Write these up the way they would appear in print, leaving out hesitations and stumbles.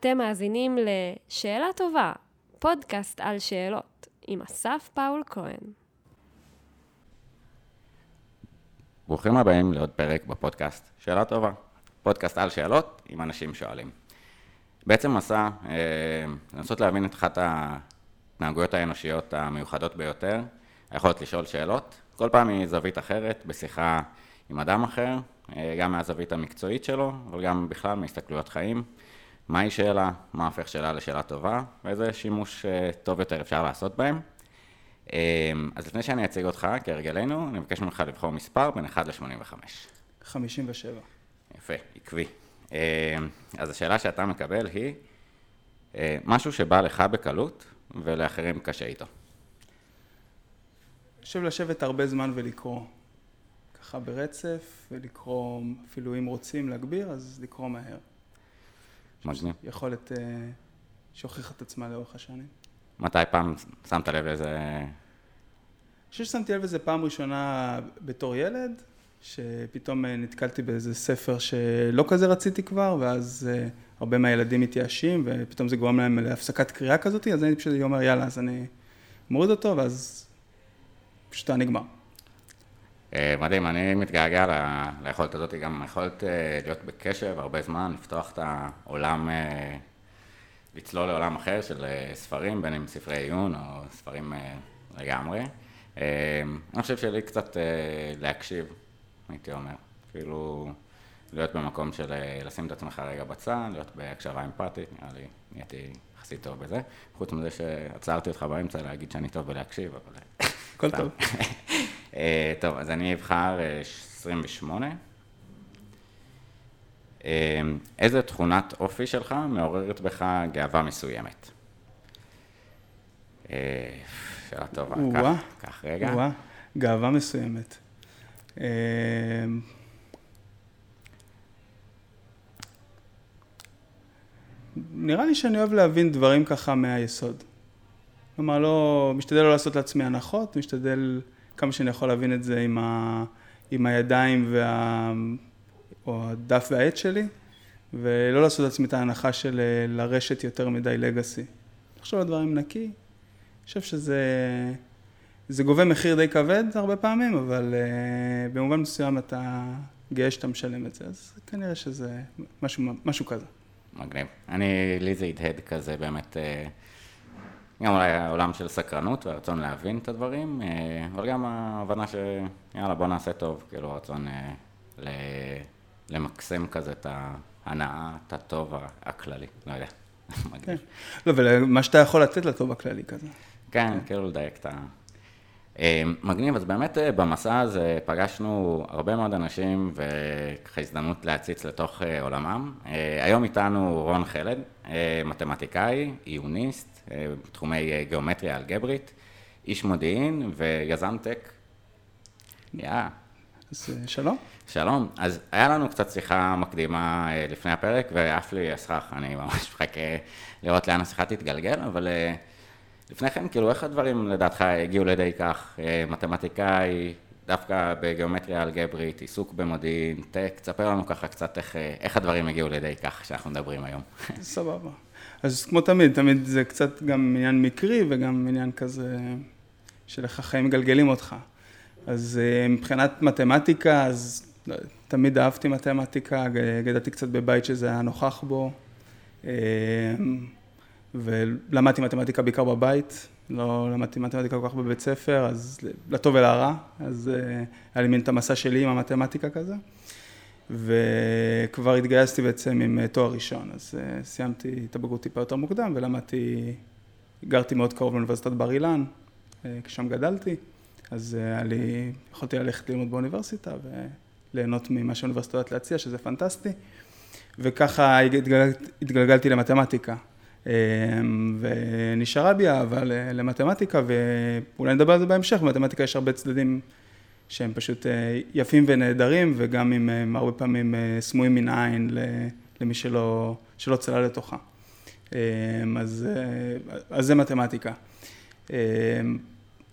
אתם מאזינים לשאלה טובה, פודקאסט על שאלות, עם אסף פאול כהן. ברוכים הבאים לעוד פרק בפודקאסט שאלה טובה, פודקאסט על שאלות עם אנשים שואלים. בעצם מסע לנסות להבין את אחת ההתנהגויות האנושיות המיוחדות ביותר, היכולת לשאול שאלות, כל פעם היא זווית אחרת, בשיחה עם אדם אחר, גם מהזווית המקצועית שלו, אבל גם בכלל מהסתכלויות חיים. מהי שאלה, מה הופך שאלה לשאלה טובה, ואיזה שימוש טוב יותר אפשר לעשות בהם. אז לפני שאני אציג אותך, כהרגלנו, אני מבקש ממך לבחור מספר בין 1 ל-85. 57. יפה, עקבי. אז השאלה שאתה מקבל היא, משהו שבא לך בקלות ולאחרים קשה איתו. חושב לשבת הרבה זמן ולקרוא. ככה ברצף, ולקרוא, אפילו אם רוצים להגביר, אז לקרוא מהר. מגניב. יכולת שהוכיחה את עצמה לאורך השנים. מתי פעם שמת לב איזה... אני חושב ששמתי לב איזה פעם ראשונה בתור ילד, שפתאום נתקלתי באיזה ספר שלא כזה רציתי כבר, ואז הרבה מהילדים מתייאשים, ופתאום זה גורם להם להפסקת קריאה כזאת, אז אני פשוט אומר, יאללה, אז אני מוריד אותו, ואז פשוט נגמר. מדהים, אני מתגעגע ליכולת הזאת, גם יכולת להיות בקשב הרבה זמן, לפתוח את העולם, לצלול לעולם אחר של ספרים, בין אם ספרי עיון או ספרים לגמרי. אני חושב שלי קצת להקשיב, הייתי אומר, כאילו להיות במקום של לשים את עצמך רגע בצד, להיות בהקשבה אמפתית, נראה לי נהייתי יחסית טוב בזה. חוץ מזה שעצרתי אותך באמצע להגיד שאני טוב בלהקשיב, אבל... כל טוב. טוב, אז אני אבחר 28. איזה תכונת אופי שלך מעוררת בך גאווה מסוימת? שאלה טובה, כך רגע. גאווה מסוימת. נראה לי שאני אוהב להבין דברים ככה מהיסוד. כלומר, משתדל לא לעשות לעצמי הנחות, משתדל כמה שאני יכול להבין את זה עם הידיים או הדף והעט שלי, ולא לעשות לעצמי את ההנחה של לרשת יותר מדי לגאסי. לחשוב על דברים נקי, אני חושב שזה גובה מחיר די כבד הרבה פעמים, אבל במובן מסוים אתה גאה שאתה משלם את זה, אז כנראה שזה משהו כזה. מגניב. לי זה הדהד כזה באמת, גם אולי העולם של סקרנות והרצון להבין את הדברים, אבל גם ההבנה שיאללה בוא נעשה טוב, כאילו הרצון למקסם כזה את ההנאה, את הטוב הכללי, לא יודע, מגניב. לא, ומה שאתה יכול לתת לטוב הכללי כזה. כן, כאילו לדייק את מגניב, אז באמת במסע הזה פגשנו הרבה מאוד אנשים וככה הזדמנות להציץ לתוך עולמם. היום איתנו רון חלד, מתמטיקאי, עיוניסט, בתחומי גיאומטריה אלגברית, איש מודיעין ויזם טק. אז שלום. שלום. אז היה לנו קצת שיחה מקדימה לפני הפרק, ואף לי הסכך, אני ממש מחכה לראות לאן השיחה תתגלגל, אבל... לפני כן, כאילו, איך הדברים לדעתך הגיעו לידי כך? מתמטיקאי, דווקא בגיאומטריה אלגברית, עיסוק במודיעין, טק, תספר לנו ככה קצת איך הדברים הגיעו לידי כך שאנחנו מדברים היום. סבבה. אז כמו תמיד זה קצת גם עניין מקרי וגם עניין כזה של איך החיים מגלגלים אותך. אז מבחינת מתמטיקה, אז תמיד אהבתי מתמטיקה, גדלתי קצת בבית שזה היה נוכח בו. ולמדתי מתמטיקה בעיקר בבית, לא למדתי מתמטיקה כל כך בבית ספר, אז לטוב ולרע, אז היה לי מין את המסע שלי עם המתמטיקה כזה, וכבר התגייסתי בעצם עם תואר ראשון, אז סיימתי את הבגרות טיפה יותר מוקדם, ולמדתי, גרתי מאוד קרוב לאוניברסיטת בר אילן, כשם גדלתי, אז יכולתי ללכת ללמוד באוניברסיטה, וליהנות ממה שהאוניברסיטה יודעת להציע, שזה פנטסטי, וככה התגלגלתי למתמטיקה. ונשארה בי אבל למתמטיקה, ואולי נדבר על זה בהמשך. במתמטיקה יש הרבה צדדים שהם פשוט יפים ונהדרים, וגם עם הרבה פעמים סמויים מן העין למי שלא צלל לתוכה. אז זה מתמטיקה.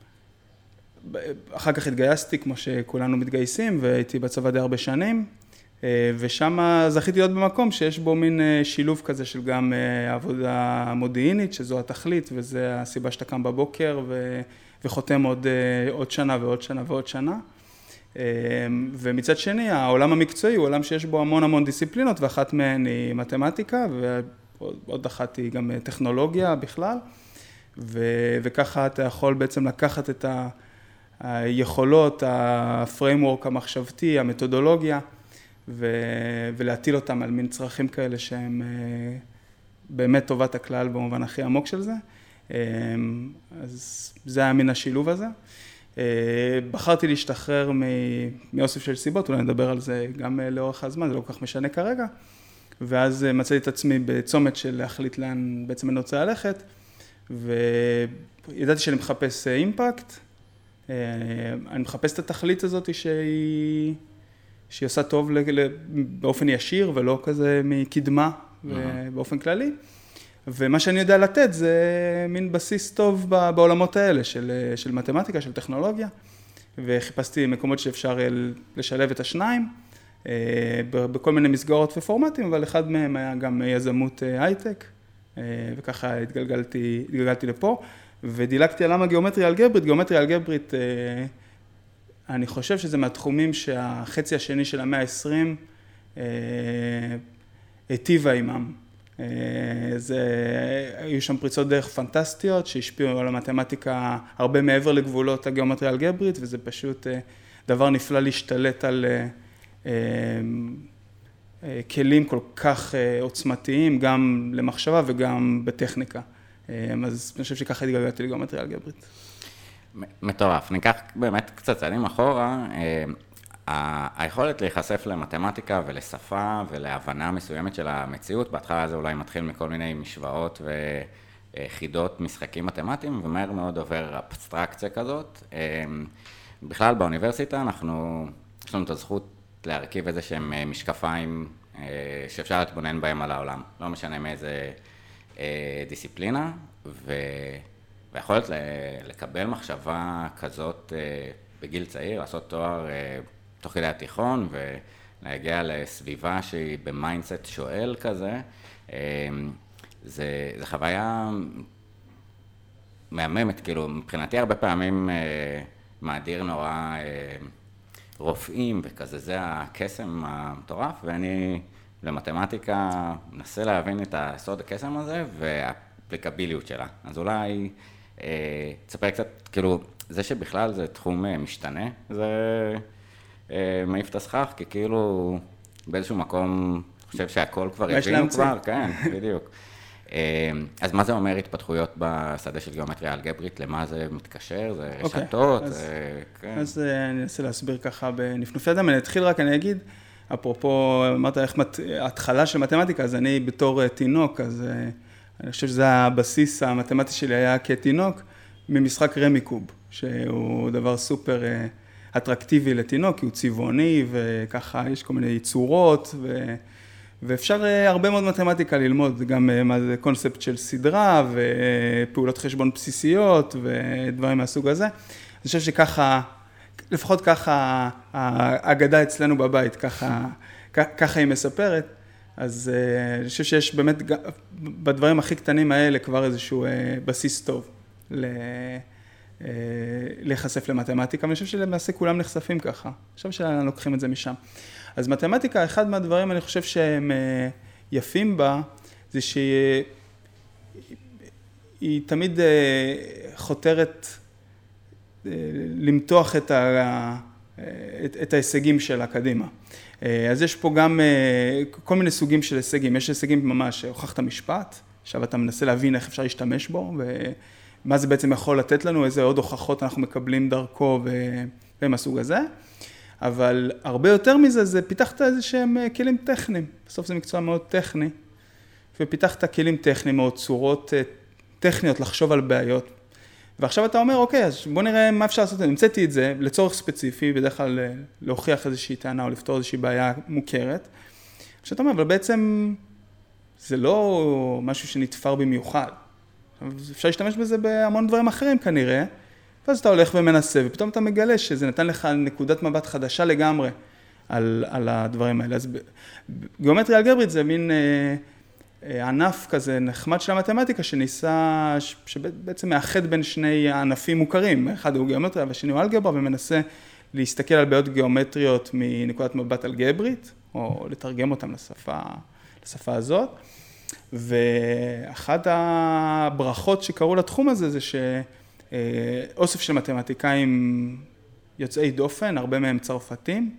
אחר כך התגייסתי, כמו שכולנו מתגייסים, והייתי בצבא די הרבה שנים, ושם זכיתי להיות במקום שיש בו מין שילוב כזה של גם עבודה מודיעינית, שזו התכלית, וזה הסיבה שאתה קם בבוקר וחותם עוד שנה ועוד שנה ועוד שנה. ומצד שני, העולם המקצועי הוא עולם שיש בו המון המון דיסציפלינות, ואחת מהן היא מתמטיקה, ועוד אחת היא גם טכנולוגיה בכלל, וככה אתה יכול בעצם לקחת את היכולות, הפריימוורק המחשבתי, המתודולוגיה, ולהטיל אותם על מין צרכים כאלה שהם באמת טובת הכלל במובן הכי עמוק של זה. אז זה היה מן השילוב הזה. בחרתי להשתחרר מאוסף של סיבות, אולי נדבר על זה גם לאורך הזמן, זה לא כל כך משנה כרגע. ואז מצאתי את עצמי בצומת של להחליט לאן בעצם אני רוצה ללכת, וידעתי שאני מחפש אימפקט, אני מחפש את התכלית הזאת שהיא עושה טוב באופן ישיר ולא כזה מקדמה באופן כללי. ומה שאני יודע לתת זה מין בסיס טוב בעולמות האלה של מתמטיקה, של טכנולוגיה, וחיפשתי מקומות שאפשר לשלב את השניים בכל מיני מסגרות ופורמטים, אבל אחד מהם היה גם יזמות הייטק, וככה התגלגלתי לפה, ודילגתי על למה גיאומטריה אלגברית. גיאומטריה אלגברית, אני חושב שזה מהתחומים שהחצי השני של המאה ה-20 היטיבה עימם. היו שם פריצות דרך פנטסטיות שהשפיעו על המתמטיקה הרבה מעבר לגבולות הגיאומטריה אלגברית, וזה פשוט דבר נפלא להשתלט על כלים כל כך עוצמתיים, גם למחשבה וגם בטכניקה. אז אני חושב שככה התגלגלתי לגיאומטריה אלגברית. מטורף. ניקח באמת קצת צעדים אחורה. היכולת להיחשף למתמטיקה ולשפה ולהבנה מסוימת של המציאות, בהתחלה זה אולי מתחיל מכל מיני משוואות וחידות משחקים מתמטיים, ומהר מאוד עובר אבסטרקציה כזאת. בכלל באוניברסיטה יש לנו את הזכות להרכיב איזה שהם משקפיים שאפשר להתבונן בהם על העולם, לא משנה מאיזה דיסציפלינה, והיכולת לקבל מחשבה כזאת בגיל צעיר, לעשות תואר תוך כדי התיכון ולהגיע לסביבה שהיא במיינדסט שואל כזה, זה חוויה מהממת, כאילו מבחינתי הרבה פעמים מאדיר נורא רופאים וכזה, זה הקסם המטורף, ואני למתמטיקה מנסה להבין את הסוד הקסם הזה והאפליקביליות שלה. אז אולי תספר קצת, כאילו, זה שבכלל זה תחום משתנה, זה מעיף את הסכך, כי כאילו באיזשהו מקום חושב שהכל כבר הבינו כבר, כן, בדיוק. אז מה זה אומר התפתחויות בשדה של גיאומטריה אלגברית? למה זה מתקשר? זה רשתות? אז אני אנסה להסביר ככה בנפנופי אדם. אני אתחיל רק, אני אגיד, אפרופו, אמרת איך התחלה של מתמטיקה, אז אני בתור תינוק, אז אני חושב שזה הבסיס המתמטי שלי היה כתינוק, ממשחק רמיקוב, שהוא דבר סופר אטרקטיבי לתינוק, כי הוא צבעוני, וככה יש כל מיני צורות, ואפשר הרבה מאוד מתמטיקה ללמוד, גם מה זה קונספט של סדרה, ופעולות חשבון בסיסיות, ודברים מהסוג הזה. אני חושב שככה, לפחות ככה, האגדה אצלנו בבית, ככה היא מספרת. אז אני חושב שיש באמת, בדברים הכי קטנים האלה, כבר איזשהו בסיס טוב להיחשף למתמטיקה, ואני חושב שלמעשה כולם נחשפים ככה. אני חושב שאנחנו לוקחים את זה משם. אז מתמטיקה, אחד מהדברים אני חושב שהם יפים בה, זה שהיא תמיד חותרת למתוח את ההישגים שלה קדימה. אז יש פה גם כל מיני סוגים של הישגים. יש הישגים ממש, הוכחת משפט, עכשיו אתה מנסה להבין איך אפשר להשתמש בו, ומה זה בעצם יכול לתת לנו, איזה עוד הוכחות אנחנו מקבלים דרכו ומהסוג הזה. אבל הרבה יותר מזה, זה פיתחת איזה שהם כלים טכניים. בסוף זה מקצוע מאוד טכני, ופיתחת כלים טכניים או צורות טכניות לחשוב על בעיות. ועכשיו אתה אומר, אוקיי, אז בוא נראה מה אפשר לעשות. נמצאתי את זה לצורך ספציפי, בדרך כלל להוכיח איזושהי טענה או לפתור איזושהי בעיה מוכרת. עכשיו אתה אומר, אבל בעצם זה לא משהו שנתפר במיוחד. אפשר להשתמש בזה בהמון דברים אחרים כנראה, ואז אתה הולך ומנסה, ופתאום אתה מגלה שזה נתן לך נקודת מבט חדשה לגמרי על הדברים האלה. אז גיאומטריה אלגברית זה מין ענף כזה נחמד של המתמטיקה שניסה, שבעצם מאחד בין שני ענפים מוכרים, אחד הוא גיאומטריה והשני הוא אלגברה, ומנסה להסתכל על בעיות גיאומטריות מנקודת מבט אלגברית, או לתרגם אותם לשפה הזאת. ואחת הברכות שקראו לתחום הזה זה שאוסף של מתמטיקאים יוצאי דופן, הרבה מהם צרפתים,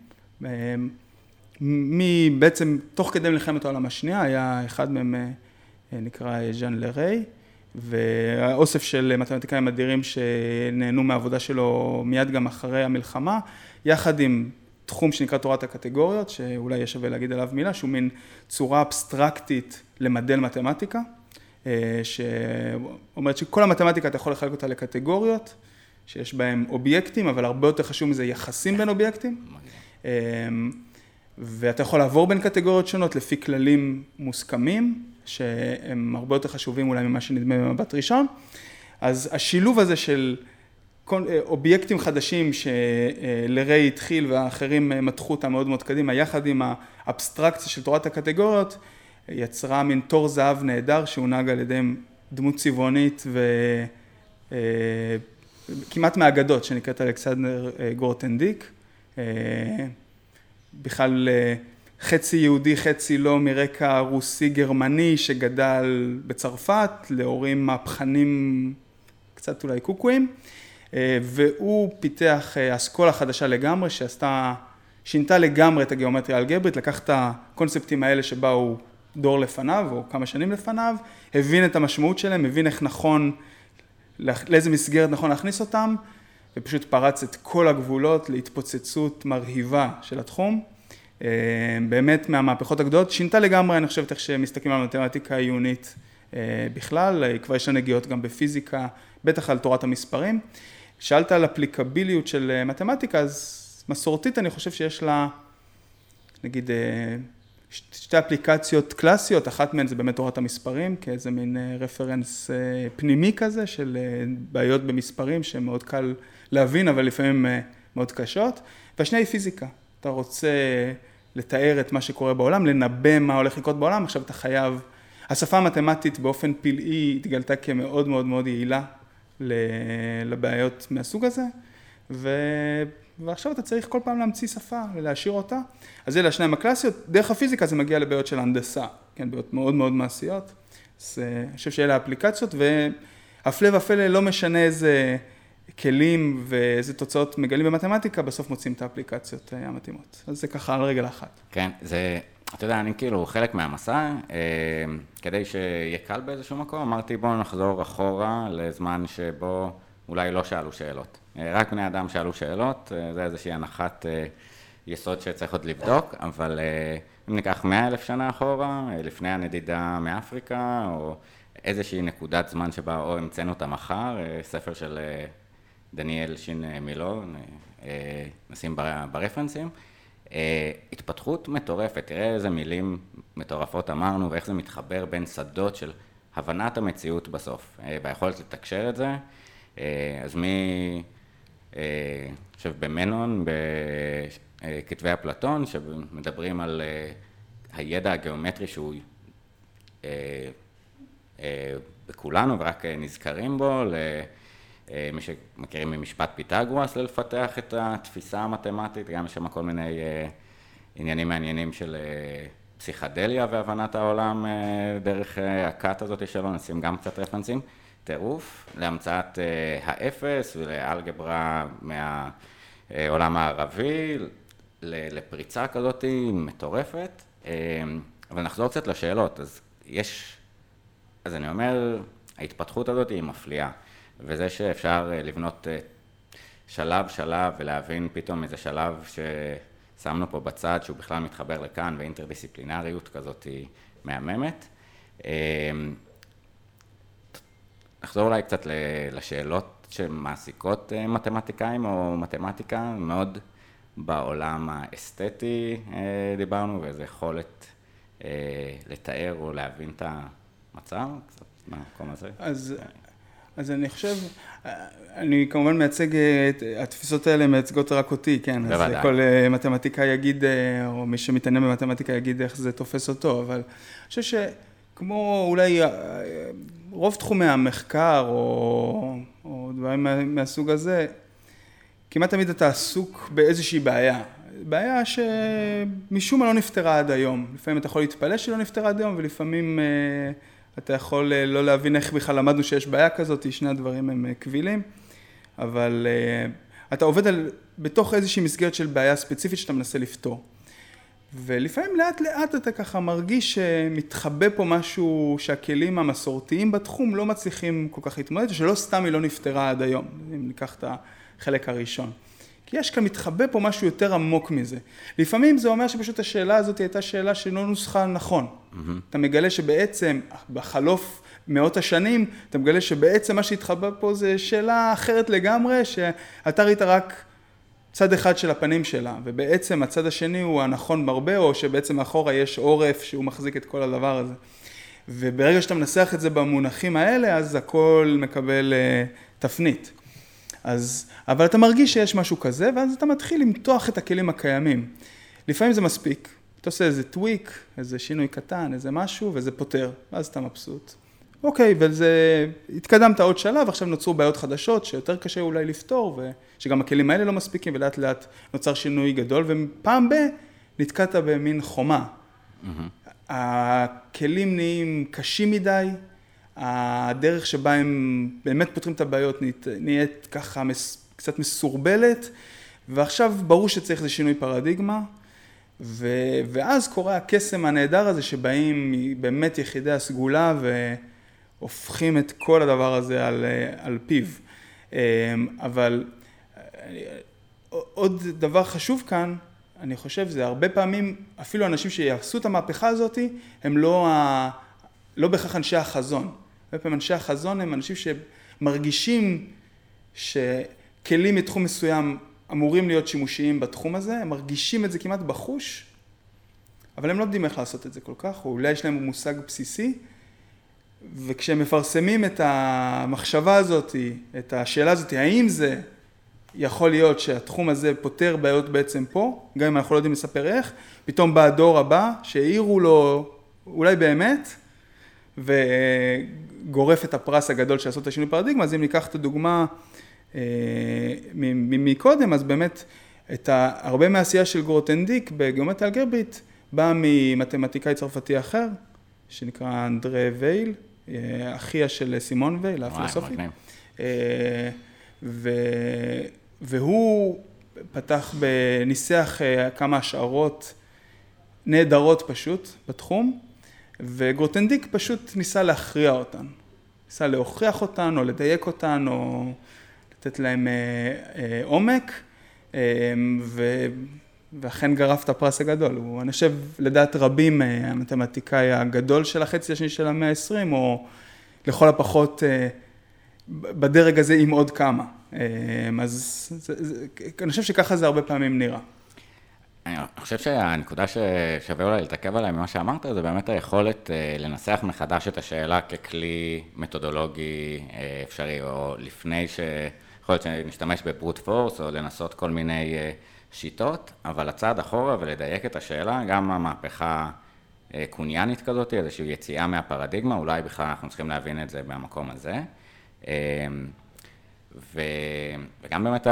בעצם תוך כדי מלחמת העולם השנייה, היה אחד מהם נקרא ז'אן לריי, והאוסף של מתמטיקאים אדירים שנהנו מהעבודה שלו מיד גם אחרי המלחמה, יחד עם תחום שנקרא תורת הקטגוריות, שאולי יש שווה להגיד עליו מילה, שהוא מין צורה אבסטרקטית למדל מתמטיקה, שאומרת שכל המתמטיקה אתה יכול לחלק אותה לקטגוריות, שיש בהם אובייקטים, אבל הרבה יותר חשוב מזה יחסים בין אובייקטים. ואתה יכול לעבור בין קטגוריות שונות לפי כללים מוסכמים, שהם הרבה יותר חשובים אולי ממה שנדמה במבט ראשון. אז השילוב הזה של אובייקטים חדשים שלריי התחיל והאחרים מתחו אותם מאוד מאוד קדימה, יחד עם האבסטרקציה של תורת הקטגוריות, יצרה מין תור זהב נהדר שהונהג על ידי דמות צבעונית וכמעט מאגדות, שנקראת אלכסנדר גורטנדיק. בכלל חצי יהודי, חצי לא, מרקע רוסי גרמני שגדל בצרפת, להורים מהפכנים קצת אולי קוקויים, והוא פיתח אסכולה חדשה לגמרי, שינתה לגמרי את הגיאומטריה האלגברית, לקח את הקונספטים האלה שבאו דור לפניו או כמה שנים לפניו, הבין את המשמעות שלהם, הבין איך נכון, לאיזה מסגרת נכון להכניס אותם, ופשוט פרץ את כל הגבולות להתפוצצות מרהיבה של התחום. באמת מהמהפכות הגדולות, שינתה לגמרי, אני חושבת איך שמסתכלים על מתמטיקה עיונית בכלל, כבר יש נגיעות גם בפיזיקה, בטח על תורת המספרים. שאלת על אפליקביליות של מתמטיקה, אז מסורתית אני חושב שיש לה, נגיד, שתי אפליקציות קלאסיות, אחת מהן זה באמת תורת המספרים, כאיזה מין רפרנס פנימי כזה של בעיות במספרים שמאוד קל להבין, אבל לפעמים מאוד קשות. והשנייה היא פיזיקה. אתה רוצה לתאר את מה שקורה בעולם, לנבא מה הולך לקרות בעולם, עכשיו אתה חייב, השפה המתמטית באופן פלאי התגלתה כמאוד מאוד מאוד יעילה לבעיות מהסוג הזה, ועכשיו אתה צריך כל פעם להמציא שפה ולהשאיר אותה. אז אלה השניים הקלאסיות, דרך הפיזיקה זה מגיע לבעיות של הנדסה, כן, בעיות מאוד מאוד מעשיות. אז אני חושב שאלה האפליקציות, והפלא ופלא לא משנה איזה כלים ואיזה תוצאות מגלים במתמטיקה, בסוף מוצאים את האפליקציות המתאימות. אז זה ככה על רגל אחת. כן, זה, אתה יודע, אני כאילו חלק מהמסע, כדי שיהיה קל באיזשהו מקום, אמרתי בואו נחזור אחורה לזמן שבו אולי לא שאלו שאלות. רק בני אדם שאלו שאלות, זה איזושהי הנחת יסוד שצריך עוד לבדוק, אבל אם ניקח 100,000 שנה אחורה, לפני הנדידה מאפריקה, או איזושהי נקודת זמן שבה או המצאנו את המחר, ספר של דניאל שין מילו, נשים ברפרנסים, התפתחות מטורפת, תראה איזה מילים מטורפות אמרנו, ואיך זה מתחבר בין שדות של הבנת המציאות בסוף, ביכולת לתקשר את זה. אז עכשיו במנון, בכתבי אפלטון, שמדברים על הידע הגיאומטרי שהוא בכולנו ורק נזכרים בו, למי שמכירים ממשפט פיתגורס, לפתח את התפיסה המתמטית, גם יש שם כל מיני עניינים מעניינים של פסיכדליה והבנת העולם דרך הקאט הזאת שלו, נשים גם קצת רפרנסים. טירוף להמצאת האפס ולאלגברה מהעולם הערבי, לפריצה כזאת מטורפת. אבל נחזור קצת לשאלות. אז אני אומר, ההתפתחות הזאת היא מפליאה, וזה שאפשר לבנות שלב ולהבין פתאום איזה שלב ששמנו פה בצד שהוא בכלל מתחבר לכאן, ואינטרדיסציפלינריות כזאת היא מהממת. נחזור אולי קצת לשאלות שמעסיקות מתמטיקאים או מתמטיקה, מאוד בעולם האסתטי דיברנו, ואיזו יכולת לתאר או להבין את המצב, קצת מהמקום הזה. אז אז אני חושב, אני כמובן מייצג, התפיסות האלה מייצגות רק אותי, כן? בוודאי. אז כל מתמטיקאי יגיד, או מי שמתעניין במתמטיקה יגיד איך זה תופס אותו, אבל אני חושב שכמו אולי רוב תחומי המחקר, או דברים מהסוג הזה, כמעט תמיד אתה עסוק באיזושהי בעיה. בעיה שמשום מה לא נפתרה עד היום. לפעמים אתה יכול להתפלא שלא נפתרה עד היום, ולפעמים אתה יכול לא להבין איך בכלל למדנו שיש בעיה כזאת, שני הדברים הם קבילים, אבל אתה עובד בתוך איזושהי מסגרת של בעיה ספציפית שאתה מנסה לפתור. ולפעמים לאט לאט אתה ככה מרגיש שמתחבא פה משהו שהכלים המסורתיים בתחום לא מצליחים כל כך להתמודד, שלא סתם היא לא נפתרה עד היום, אם ניקח את החלק הראשון. כי יש כאן מתחבא פה משהו יותר עמוק מזה. לפעמים זה אומר שפשוט השאלה הזאת הייתה שאלה שלא נוסחה נכון. אתה מגלה שבעצם, בחלוף מאות השנים, אתה מגלה שבעצם מה שהתחבא פה זה שאלה אחרת לגמרי, שאתה ראית רק צד אחד של הפנים שלה, ובעצם הצד השני הוא הנכון הרבה, או שבעצם מאחורה יש עורף שהוא מחזיק את כל הדבר הזה. וברגע שאתה מנסח את זה במונחים האלה, אז הכל מקבל תפנית. אבל אתה מרגיש שיש משהו כזה, ואז אתה מתחיל למתוח את הכלים הקיימים. לפעמים זה מספיק. אתה עושה איזה טוויק, איזה שינוי קטן, איזה משהו, וזה פותר. ואז אתה מבסוט. אוקיי, וזה, התקדמת עוד שלב, עכשיו נוצרו בעיות חדשות, שיותר קשה אולי לפתור, ושגם הכלים האלה לא מספיקים, ולאט לאט נוצר שינוי גדול, ופעם נתקעת במין חומה. הכלים נהיים קשים מדי, הדרך שבה הם באמת פותרים את הבעיות נהיית ככה קצת מסורבלת, ועכשיו ברור שצריך זה שינוי פרדיגמה, ואז קורה הקסם הנהדר הזה שבאים באמת יחידי הסגולה והופכים את כל הדבר הזה על פיו. אבל עוד דבר חשוב כאן, אני חושב, זה הרבה פעמים, אפילו אנשים שיעשו את המהפכה הזאת, הם לא בהכרח אנשי החזון. הרבה פעמים אנשי החזון הם אנשים שמרגישים שכלים מתחום מסוים אמורים להיות שימושיים בתחום הזה, הם מרגישים את זה כמעט בחוש, אבל הם לא יודעים איך לעשות את זה כל כך, או אולי יש להם מושג בסיסי, וכשהם מפרסמים את המחשבה הזאת, את השאלה הזאת, האם זה יכול להיות שהתחום הזה פותר בעיות בעצם פה, גם אם אנחנו לא יודעים לספר איך, פתאום בא הדור הבא שהעירו לו אולי באמת, וגורף את הפרס הגדול שעשות את השינוי פרדיגמה. אז אם ניקח את הדוגמה מקודם, אז באמת הרבה מהעשייה של גרוטנדיק בגיאומטריה אלגברית בא ממתמטיקאי צרפתי אחר, שנקרא אנדרה וייל, אחיה של סימון וייל, הפילוסופית. והוא פתח בניסח כמה השערות נהדרות פשוט בתחום, וגרוטנדיק פשוט ניסה להכריע אותן. ניסה להוכיח אותן, או לדייק אותן, או לתת להם עומק, ואכן גרף את הפרס הגדול. אני חושב, לדעת רבים, המתמטיקאי הגדול של החצי השני של המאה ה-20, או לכל הפחות בדרג הזה עם עוד כמה. אז אני חושב שככה זה הרבה פעמים נראה. אני חושב שהנקודה ששווה אולי לתעכב עליי ממה שאמרת, זה באמת היכולת לנסח מחדש את השאלה ככלי מתודולוגי אפשרי, או לפני שיכול להיות שנשתמש בברוט פורס, או לנסות כל מיני שיטות, אבל הצעד אחורה ולדייק את השאלה, גם המהפכה קוניאנית כזאת, איזושהי יציאה מהפרדיגמה, אולי בכלל אנחנו צריכים להבין את זה במקום הזה. וגם באמת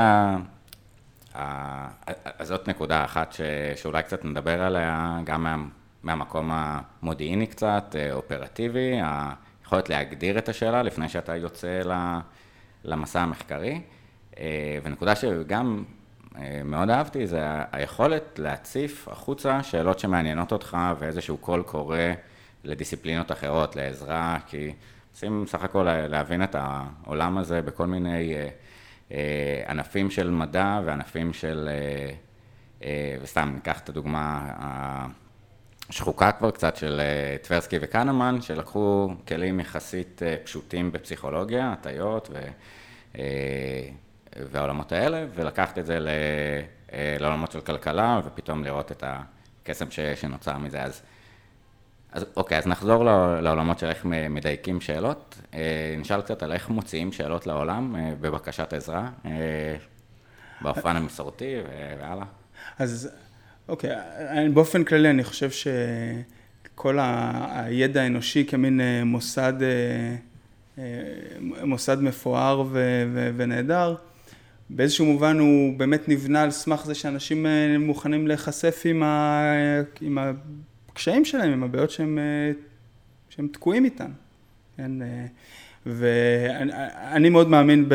אז זאת נקודה אחת שאולי קצת נדבר עליה, גם מהמקום המודיעיני קצת, אופרטיבי, היכולת להגדיר את השאלה לפני שאתה יוצא למסע המחקרי. ונקודה שגם מאוד אהבתי, זה היכולת להציף החוצה שאלות שמעניינות אותך, ואיזשהו קול קורא לדיסציפלינות אחרות, לעזרה, כי עושים סך הכל להבין את העולם הזה בכל מיני ענפים של מדע וענפים של, וסתם ניקח את הדוגמה השחוקה כבר קצת של טברסקי וקנמן, שלקחו כלים יחסית פשוטים בפסיכולוגיה, הטיות והעולמות האלה, ולקחת את זה לעולמות של כלכלה, ופתאום לראות את הקסם שנוצר מזה. אז אז אוקיי, אז נחזור לעולמות של איך מדייקים שאלות. נשאל קצת על איך מוציאים שאלות לעולם בבקשת עזרה, באופן המסורתי והלאה. אז אוקיי, באופן כללי אני חושב שכל הידע האנושי כמין מוסד מפואר ונהדר, באיזשהו מובן הוא באמת נבנה על סמך זה שאנשים מוכנים להיחשף עם הקשיים שלהם, עם הבעיות שהם תקועים איתן. כן? ואני מאוד מאמין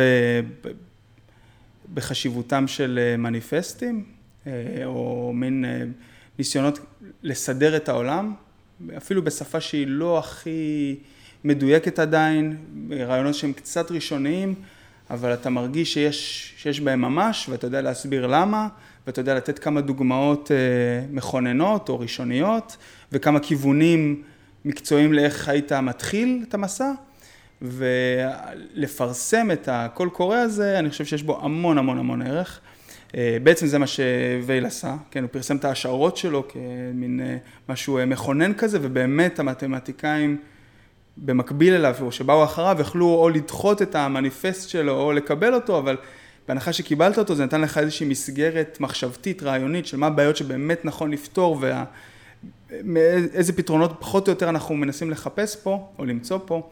בחשיבותם של מניפסטים, או מין ניסיונות לסדר את העולם, אפילו בשפה שהיא לא הכי מדויקת עדיין, רעיונות שהם קצת ראשוניים, אבל אתה מרגיש שיש בהם ממש, ואתה יודע להסביר למה, ואתה יודע לתת כמה דוגמאות מכוננות או ראשוניות, וכמה כיוונים מקצועיים לאיך היית מתחיל את המסע, ולפרסם את הקול קורא הזה, אני חושב שיש בו המון המון המון ערך. בעצם זה מה שווייל עשה, כן, הוא פרסם את ההשערות שלו כמין משהו מכונן כזה, ובאמת המתמטיקאים במקביל אליו, או שבאו אחריו, יכלו או לדחות את המניפסט שלו, או לקבל אותו, אבל בהנחה שקיבלת אותו, זה נתן לך איזושהי מסגרת מחשבתית, רעיונית, של מה הבעיות שבאמת נכון לפתור, ואיזה פתרונות פחות או יותר אנחנו מנסים לחפש פה, או למצוא פה,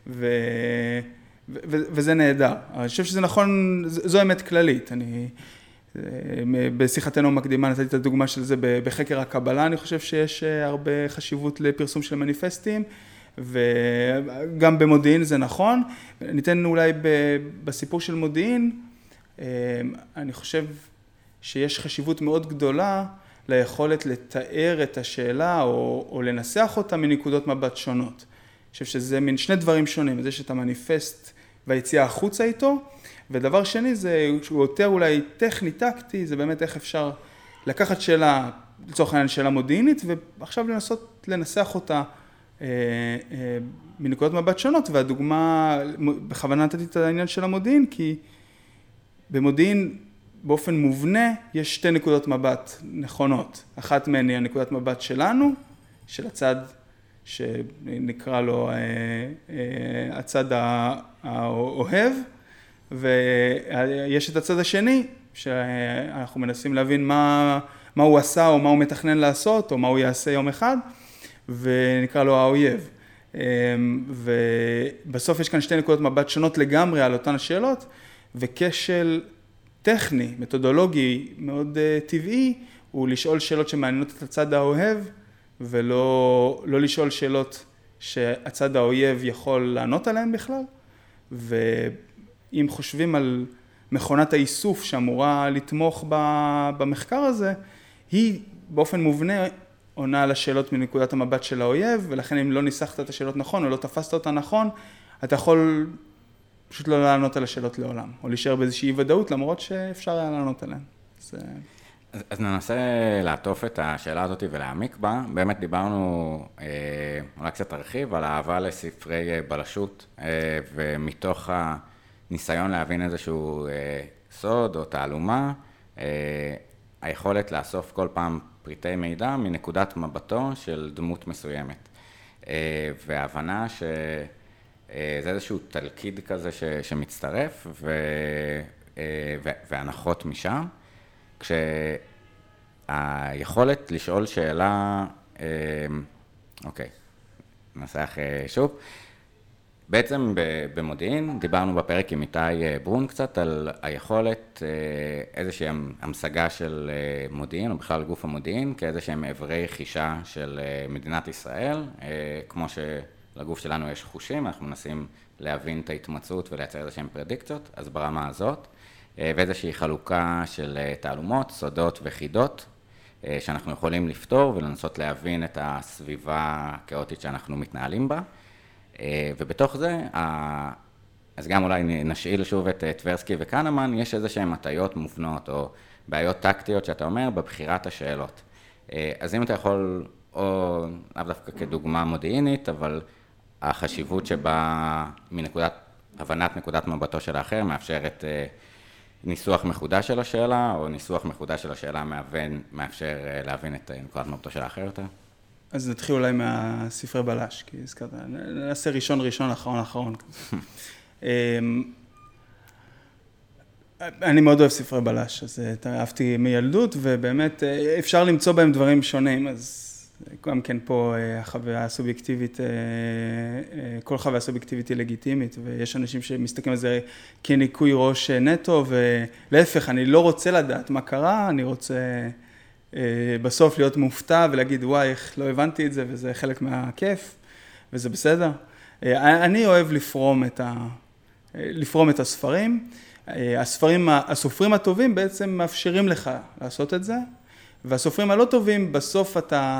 וזה נהדר. אני חושב שזה נכון, זו אמת כללית. בשיחתנו המקדימה נתתי את הדוגמה של זה בחקר הקבלה, אני חושב שיש הרבה חשיבות לפרסום של מניפסטים, וגם במודיעין זה נכון. ניתן אולי בסיפור של מודיעין, אני חושב שיש חשיבות מאוד גדולה ליכולת לתאר את השאלה או לנסח אותה מנקודות מבט שונות. אני חושב שזה מין שני דברים שונים, זה שאת המניפסט והיציאה החוצה איתו, ודבר שני זה שהוא יותר אולי טכני, טקטי, זה באמת איך אפשר לקחת שאלה, לצורך העניין שאלה מודיעינית, ועכשיו לנסות לנסח אותה מנקודות מבט שונות, והדוגמה, בכוונה נתתי את העניין של המודיעין, כי במודיעין באופן מובנה יש שתי נקודות מבט נכונות. אחת מהן היא הנקודת מבט שלנו, של הצד שנקרא לו הצד האוהב, ויש את הצד השני, שאנחנו מנסים להבין מה הוא עשה או מה הוא מתכנן לעשות, או מה הוא יעשה יום אחד, ונקרא לו האויב. ובסוף יש כאן שתי נקודות מבט שונות לגמרי על אותן השאלות, וכשל טכני, מתודולוגי מאוד טבעי, הוא לשאול שאלות שמעניינות את הצד האוהב, ולא לשאול שאלות שהצד האויב יכול לענות עליהן בכלל. ואם חושבים על מכונת האיסוף שאמורה לתמוך במחקר הזה, היא באופן מובנה עונה על השאלות מנקודת המבט של האויב, ולכן אם לא ניסחת את השאלות נכון או לא תפסת אותה נכון, אתה יכול פשוט לא לענות על השאלות לעולם, או להישאר באיזושהי ודאות, למרות שאפשר היה לענות עליהן. אז ננסה לעטוף את השאלה הזאת ולהעמיק בה. באמת דיברנו, אולי קצת תרחיב, על האהבה לספרי בלשות, ומתוך הניסיון להבין איזשהו סוד או תעלומה, היכולת לאסוף כל פעם פריטי מידע מנקודת מבטו של דמות מסוימת. וההבנה שזה איזשהו תלכיד כזה שמצטרף, והנחות משם. כשהיכולת לשאול שאלה, אוקיי, ננסח שוב. בעצם במודיעין, דיברנו בפרק עם איתי ברון קצת על היכולת, איזושהי המשגה של מודיעין, או בכלל גוף המודיעין, כאיזשהם עברי חישה של מדינת ישראל, כמו שלגוף שלנו יש חושים, אנחנו מנסים להבין את ההתמצאות ולייצר איזשהם פרדיקציות, אז ברמה הזאת. ואיזושהי חלוקה של תעלומות, סודות וחידות, שאנחנו יכולים לפתור ולנסות להבין את הסביבה הכאוטית שאנחנו מתנהלים בה. ובתוך זה, אז גם אולי נשאיל שוב את טברסקי וקנמן, יש איזשהם הטיות מובנות או בעיות טקטיות שאתה אומר בבחירת השאלות. אז אם אתה יכול, או לאו דווקא כדוגמה מודיעינית, אבל החשיבות שבה הבנת נקודת מבטו של האחר מאפשרת ניסוח מחודש של השאלה, או ניסוח מחודש של השאלה מאפשר להבין את נקודת מבטו של האחר יותר? אז נתחיל אולי מהספרי בלש, כי הזכרת, נעשה ראשון, אחרון. אני מאוד אוהב ספרי בלש, אז אהבתי מילדות, ובאמת אפשר למצוא בהם דברים שונים, אז גם כן פה החוויה הסובייקטיבית, כל חוויה סובייקטיבית היא לגיטימית, ויש אנשים שמסתכלים על זה כניקוי ראש נטו, ולהפך, אני לא רוצה לדעת מה קרה, אני רוצה בסוף להיות מופתע ולהגיד, וואי, איך לא הבנתי את זה, וזה חלק מהכיף, וזה בסדר. אני אוהב לפרום את הספרים. הסופרים הטובים בעצם מאפשרים לך לעשות את זה, והסופרים הלא טובים בסוף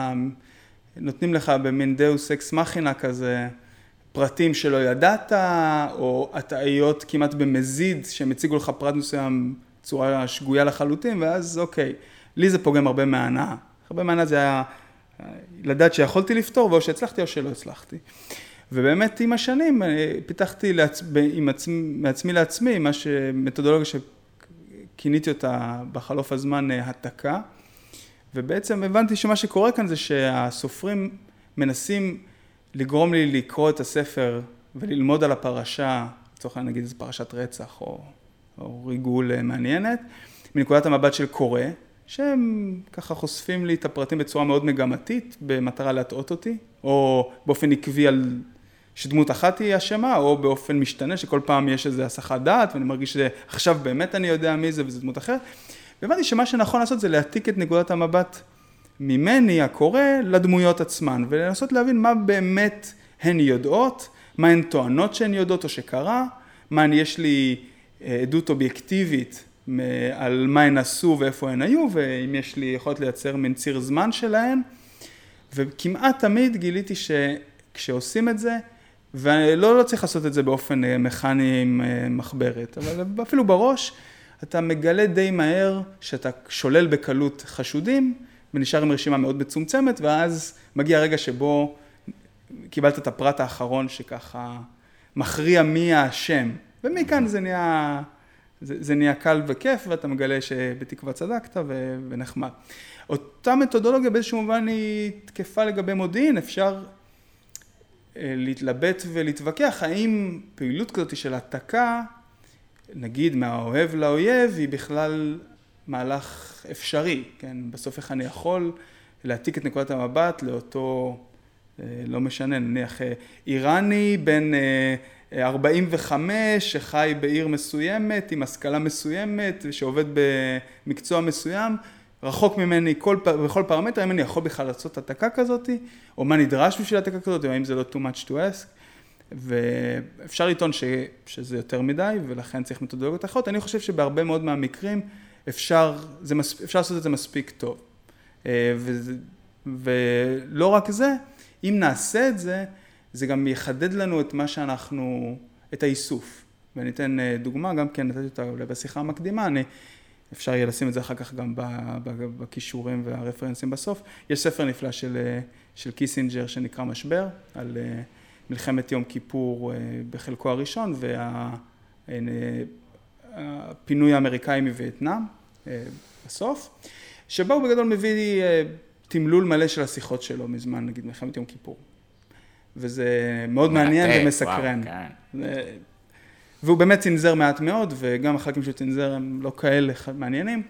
נותנים לך במין דאוס אקס מכינה כזה, פרטים שלא ידעת, או הטעיות כמעט במזיד, שהם הציגו לך פרט מסוים צורה שגויה לחלוטין, ואז אוקיי, לי זה פוגם הרבה מההנאה. הרבה מההנאה זה היה לדעת שיכולתי לפתור, ואו שהצלחתי או שלא הצלחתי. ובאמת עם השנים פיתחתי מעצמי לעצמי, מתודולוגיה שכיניתי אותה בחלוף הזמן התקה, ובעצם הבנתי שמה שקורה כאן זה שהסופרים מנסים לגרום לי לקרוא את הספר וללמוד על הפרשה, לצורך העניין נגיד איזו פרשת רצח או ריגול מעניינת, מנקודת המבט של קורא, שהם ככה חושפים לי את הפרטים בצורה מאוד מגמתית, במטרה להטעות אותי, או באופן עקבי על שדמות אחת היא אשמה, או באופן משתנה, שכל פעם יש איזו הסחת דעת, ואני מרגיש שעכשיו באמת אני יודע מי זה, וזו דמות אחרת. והבנתי שמה שנכון לעשות זה להעתיק את נקודת המבט ממני, הקורא, לדמויות עצמן, ולנסות להבין מה באמת הן יודעות, מה הן טוענות שהן יודעות או שקרה, מה יש לי עדות אובייקטיבית על מה הן עשו ואיפה הן היו, ואם יש לי יכולת לייצר מין ציר זמן שלהן, וכמעט תמיד גיליתי שכשעושים את זה, ולא צריך לעשות את זה באופן מכני עם מחברת, אבל אפילו בראש, אתה מגלה די מהר שאתה שולל בקלות חשודים, ונשאר עם רשימה מאוד מצומצמת, ואז מגיע הרגע שבו קיבלת את הפרט האחרון שככה מכריע מי האשם, ומכאן זה נהיה קל וכיף, ואתה מגלה שבתקווה צדקת ונחמד. אותה מתודולוגיה באיזשהו מובן היא תקפה לגבי מודיעין, אפשר להתלבט ולהתווכח, האם פעילות כזאת של התקה, נגיד מהאוהב לאויב, היא בכלל מהלך אפשרי, כן? בסוף איך אני יכול להעתיק את נקודת המבט לאותו, לא משנה, נניח איראני בן 45 שחי בעיר מסוימת, עם השכלה מסוימת, שעובד במקצוע מסוים, רחוק ממני בכל פרמטר, האם אני יכול בכלל לעשות התקה כזאת, או מה נדרש בשביל התקה כזאת, או האם זה לא too much to ask, ואפשר לטעון שזה יותר מדי, ולכן צריך מתודולוגיות אחרות. אני חושב שבהרבה מאוד מהמקרים אפשר לעשות את זה מספיק טוב. ולא רק זה, אם נעשה את זה, זה גם יחדד לנו את מה את האיסוף. ואני אתן דוגמה, גם כן נתתי אותה אולי בשיחה המקדימה, אפשר יהיה לשים את זה אחר כך גם בכישורים והרפרנסים בסוף. יש ספר נפלא של קיסינג'ר שנקרא משבר, על מלחמת יום כיפור בחלקו הראשון, והפינוי האמריקאי מווייטנאם בסוף, שבה הוא בגדול מביא תמלול מלא של השיחות שלו מזמן, נגיד מלחמת יום כיפור. וזה מאוד מעניין ומסקרן. והוא באמת צנזר מעט מאוד, וגם החלקים שהוא צנזר הם לא כאלה מעניינים.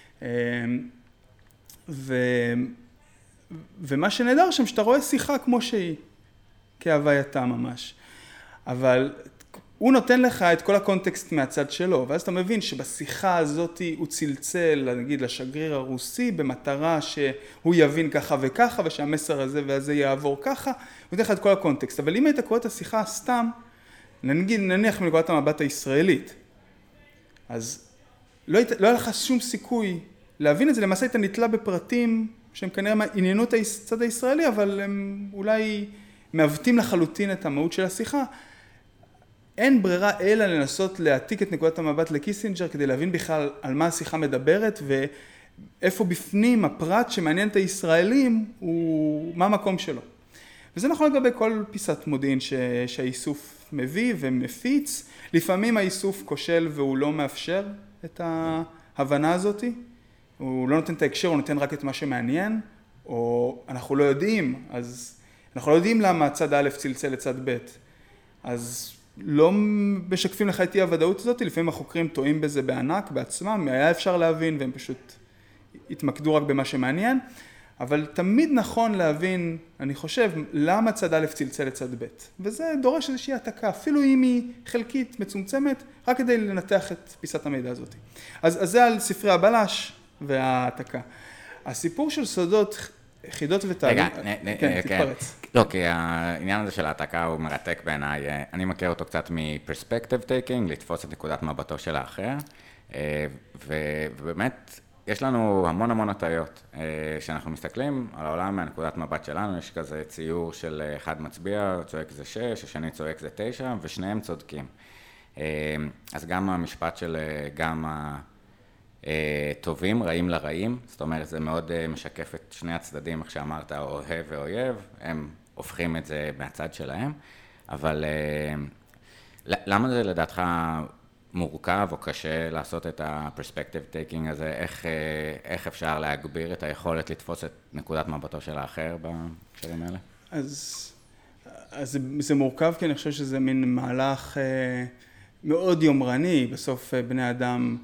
ומה שנהדר שם, שאתה רואה שיחה כמו שהיא, כהווייתה ממש. אבל הוא נותן לך את כל הקונטקסט מהצד שלו, ואז אתה מבין שבשיחה הזאת הוא צלצל, נגיד, לשגריר הרוסי, במטרה שהוא יבין ככה וככה, ושהמסר הזה והזה יעבור ככה, הוא נותן לך את כל הקונטקסט. אבל אם היית קורא את השיחה סתם, נניח מנקודת המבט הישראלית, אז לא היה לך שום סיכוי להבין את זה, למעשה היית נתלה בפרטים שהם כנראה עניינו את הצד הישראלי, אבל הם אולי מעוותים לחלוטין את המהות של השיחה. אין ברירה אלא לנסות להעתיק את נקודת המבט לקיסינג'ר כדי להבין בכלל על מה השיחה מדברת ואיפה בפנים הפרט שמעניין את הישראלים מה המקום שלו. וזה נכון לגבי כל פיסת מודיעין שהאיסוף מביא ומפיץ. לפעמים האיסוף כושל והוא לא מאפשר את ההבנה הזאת. הוא לא נותן את ההקשר, הוא נותן רק את מה שמעניין. או אנחנו לא יודעים, אז אנחנו לא יודעים למה צד א' צלצל לצד ב', אז לא משקפים לך את הוודאות הזאת, לפעמים החוקרים טועים בזה בענק, בעצמם, היה אפשר להבין והם פשוט התמקדו רק במה שמעניין, אבל תמיד נכון להבין, אני חושב, למה צד א' צלצל לצד ב', וזה דורש איזושהי העתקה, אפילו אם היא חלקית, מצומצמת, רק כדי לנתח את פיסת המידע הזאת. אז זה על ספרי הבלש והעתקה. הסיפור של סודות, חידות ותהליך, כן, תתפרץ. לא, כי העניין הזה של העתקה הוא מרתק בעיניי, אני מכיר אותו קצת מפרספקטיב טייקינג, לתפוס את נקודת מבטו של האחר, ובאמת, יש לנו המון הטעיות, שאנחנו מסתכלים על העולם מהנקודת מבט שלנו, יש כזה ציור של אחד מצביע, צועק זה 6, השני צועק זה 9, ושניהם צודקים. אז גם המשפט של גם הטובים, רעים לרעים, זאת אומרת, זה מאוד משקף את שני הצדדים, איך שאמרת, אוהב ואויב, הם הופכים את זה מהצד שלהם, אבל למה זה לדעתך מורכב או קשה לעשות את הפרספקטיב טייקינג הזה, איך אפשר להגביר את היכולת לתפוס את נקודת מבטו של האחר בקשרים האלה? אז זה מורכב, כי אני חושב שזה מין מהלך מאוד יומרני, בסוף בני אדם,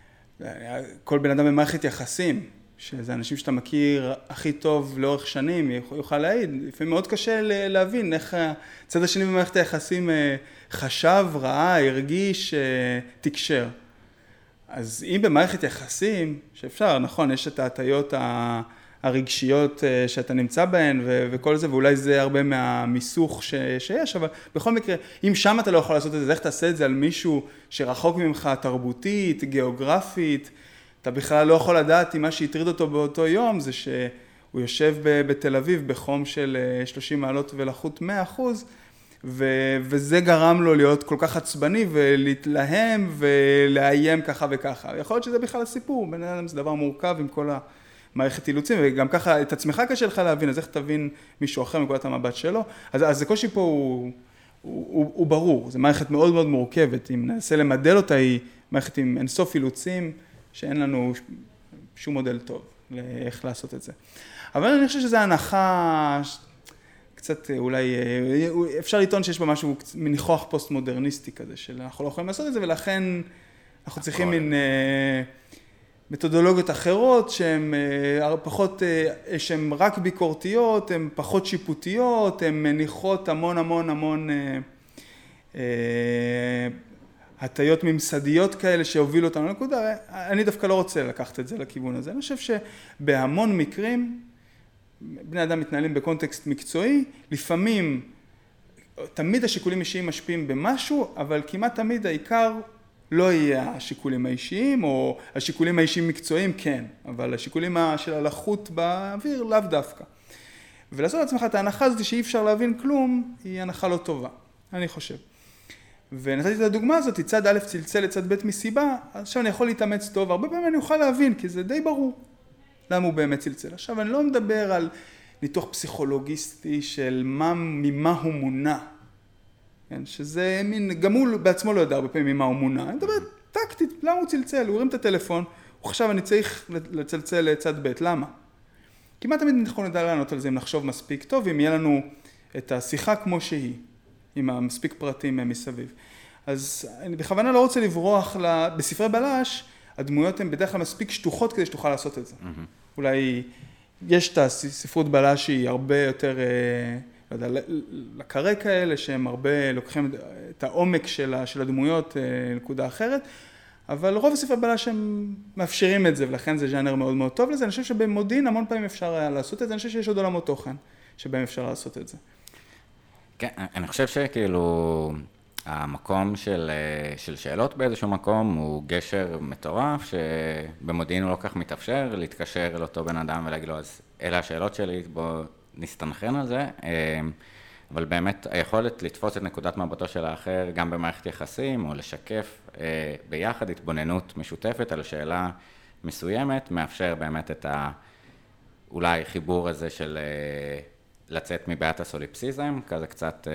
כל בן אדם במערכת יחסים, שזה אנשים שאתה מכיר הכי טוב לאורך שנים, יוכל להעיד, לפעמים מאוד קשה להבין איך הצד השני במערכת היחסים חשב, ראה, הרגיש, תקשר. אז אם במערכת יחסים, שאפשר, נכון, יש את ההטיות הרגשיות שאתה נמצא בהן וכל זה, ואולי זה הרבה מהמיסוך שיש, אבל בכל מקרה, אם שם אתה לא יכול לעשות את זה, איך תעשה את זה על מישהו שרחוק ממך תרבותית, גיאוגרפית, אתה בכלל לא יכול לדעת אם מה שהטריד אותו באותו יום זה שהוא יושב בתל אביב בחום של 30 מעלות ולחות 100%, וזה גרם לו להיות כל כך עצבני ולהתלהם ולאיים ככה וככה. יכול להיות שזה בכלל הסיפור, בין אדם זה דבר מורכב עם כל המערכת אילוצים, וגם ככה את עצמך קשה לך להבין, אז איך תבין מישהו אחר מנקודת המבט שלו. אז הקושי פה הוא ברור, זו מערכת מאוד מאוד מורכבת, אם ננסה למדל אותה היא מערכת עם אינסוף אילוצים, שאין לנו שום מודל טוב לאיך לעשות את זה. אבל אני חושב שזו הנחה קצת אולי, אפשר לטעון שיש בה משהו מניחוח פוסט-מודרניסטי כזה, שאנחנו לא יכולים לעשות את זה, ולכן אנחנו צריכים מין מתודולוגיות אחרות, שהן פחות, שהן רק ביקורתיות, הן פחות שיפוטיות, הן מניחות המון הטיות ממסדיות כאלה שהובילו אותנו לנקודה. אני דווקא לא רוצה לקחת את זה לכיוון הזה. אני חושב שבהמון מקרים, בני אדם מתנהלים בקונטקסט מקצועי, לפעמים, תמיד השיקולים אישיים משפיעים במשהו, אבל כמעט תמיד העיקר לא יהיה השיקולים האישיים, או השיקולים האישיים מקצועיים כן, אבל השיקולים של הלחות באוויר לאו דווקא. ולעשות לעצמך את ההנחה הזאת שאי אפשר להבין כלום, היא הנחה לא טובה, אני חושב. ונתתי את הדוגמה הזאת, צד א' צלצל לצד ב' מסיבה, עכשיו אני יכול להתאמץ טוב, הרבה פעמים אני אוכל להבין, כי זה די ברור למה הוא באמת צלצל. עכשיו אני לא מדבר על ניתוח פסיכולוגיסטי של ממה הוא מונע, כן? שזה מין, גם הוא בעצמו לא יודע הרבה פעמים ממה הוא מונע, אני מדבר טקטית, למה הוא צלצל? הוא הרים את הטלפון, הוא חשב אני צריך לצלצל לצד ב', למה? כמעט תמיד אנחנו נדע לענות על זה אם נחשוב מספיק טוב, אם יהיה לנו את השיחה כמו שהיא. עם המספיק פרטים מסביב. אז אני בכוונה לא רוצה לברוח בספרי בלש, הדמויות הן בדרך כלל מספיק שטוחות כדי שתוכל לעשות את זה. אולי יש את הספרות בלש שהיא הרבה יותר, לא יודע, לקרא כאלה, שהם הרבה לוקחים את העומק של הדמויות לנקודה אחרת, אבל רוב הספרי בלש הם מאפשרים את זה, ולכן זה ז'אנר מאוד מאוד טוב לזה. אני חושב שבמודיעין המון פעמים אפשר לעשות את זה, אני חושב שיש עוד עולמות תוכן שבהם אפשר לעשות את זה. כן, אני חושב שכאילו המקום של שאלות באיזשהו מקום הוא גשר מטורף, שבמודיעין הוא לא כך מתאפשר להתקשר לאותו בן אדם ולהגיד לו, אז אלה השאלות שלי, בוא נסתנחן על זה, אבל באמת היכולת לתפוס את נקודת מבטו של האחר, גם במערכת יחסים, או לשקף ביחד התבוננות משותפת על שאלה מסוימת, מאפשר באמת את אולי חיבור הזה של לצאת מבעיית הסוליפסיזם, כזה קצת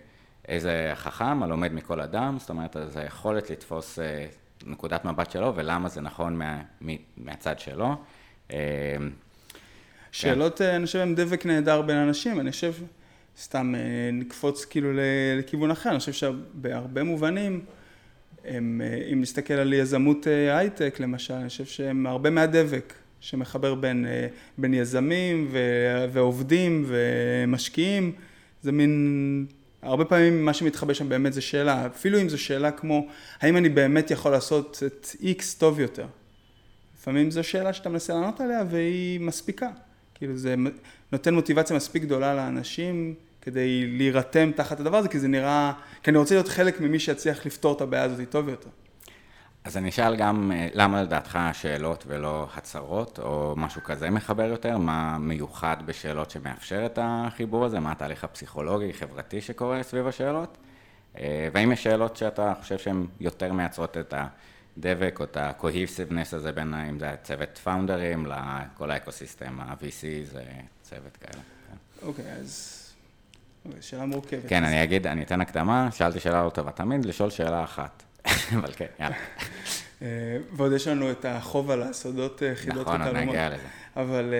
איזה חכם, הלומד מכל אדם, זאת אומרת, אז היכולת לתפוס נקודת מבט שלו, ולמה זה נכון מהצד שלו. שאלות, אני חושב, הם דבק נהדר בין אנשים, אני חושב, סתם נקפוץ כאילו לכיוון אחר, אני חושב שבהרבה מובנים, אם נסתכל על יזמות הייטק למשל, אני חושב שהם הרבה מהדבק שמחבר בין יזמים ועובדים ומשקיעים, זה מין, הרבה פעמים מה שמתחבא שם באמת זה שאלה, אפילו אם זו שאלה כמו, האם אני באמת יכול לעשות את X טוב יותר? לפעמים זו שאלה שאתה מנסה לענות עליה והיא מספיקה, כאילו זה נותן מוטיבציה מספיק גדולה לאנשים, כדי להירתם תחת הדבר הזה, כי זה נראה, כי אני רוצה להיות חלק ממי שיצליח לפתור את הבעיה הזאת טוב יותר. אז אני אשאל גם, למה לדעתך שאלות ולא הצהרות, או משהו כזה מחבר יותר? מה מיוחד בשאלות שמאפשר את החיבור הזה? מה התהליך הפסיכולוגי, חברתי שקורה סביב השאלות? והאם יש שאלות שאתה חושב שהן יותר מייצרות את הדבק, או את ה-cohesiveness הזה, בין אם זה צוות פאונדרים, לכל האקוסיסטם, ה-VC, זה צוות כאלה. אוקיי, אז... שאלה מורכבת. כן, אני אתן הקדמה, שאלתי שאלה לא טובה, תמיד לשאול שאלה אחת. אבל כן, יאללה. ועוד יש לנו את החוב על הסודות חידות נכון, אני אגיע לזה. אבל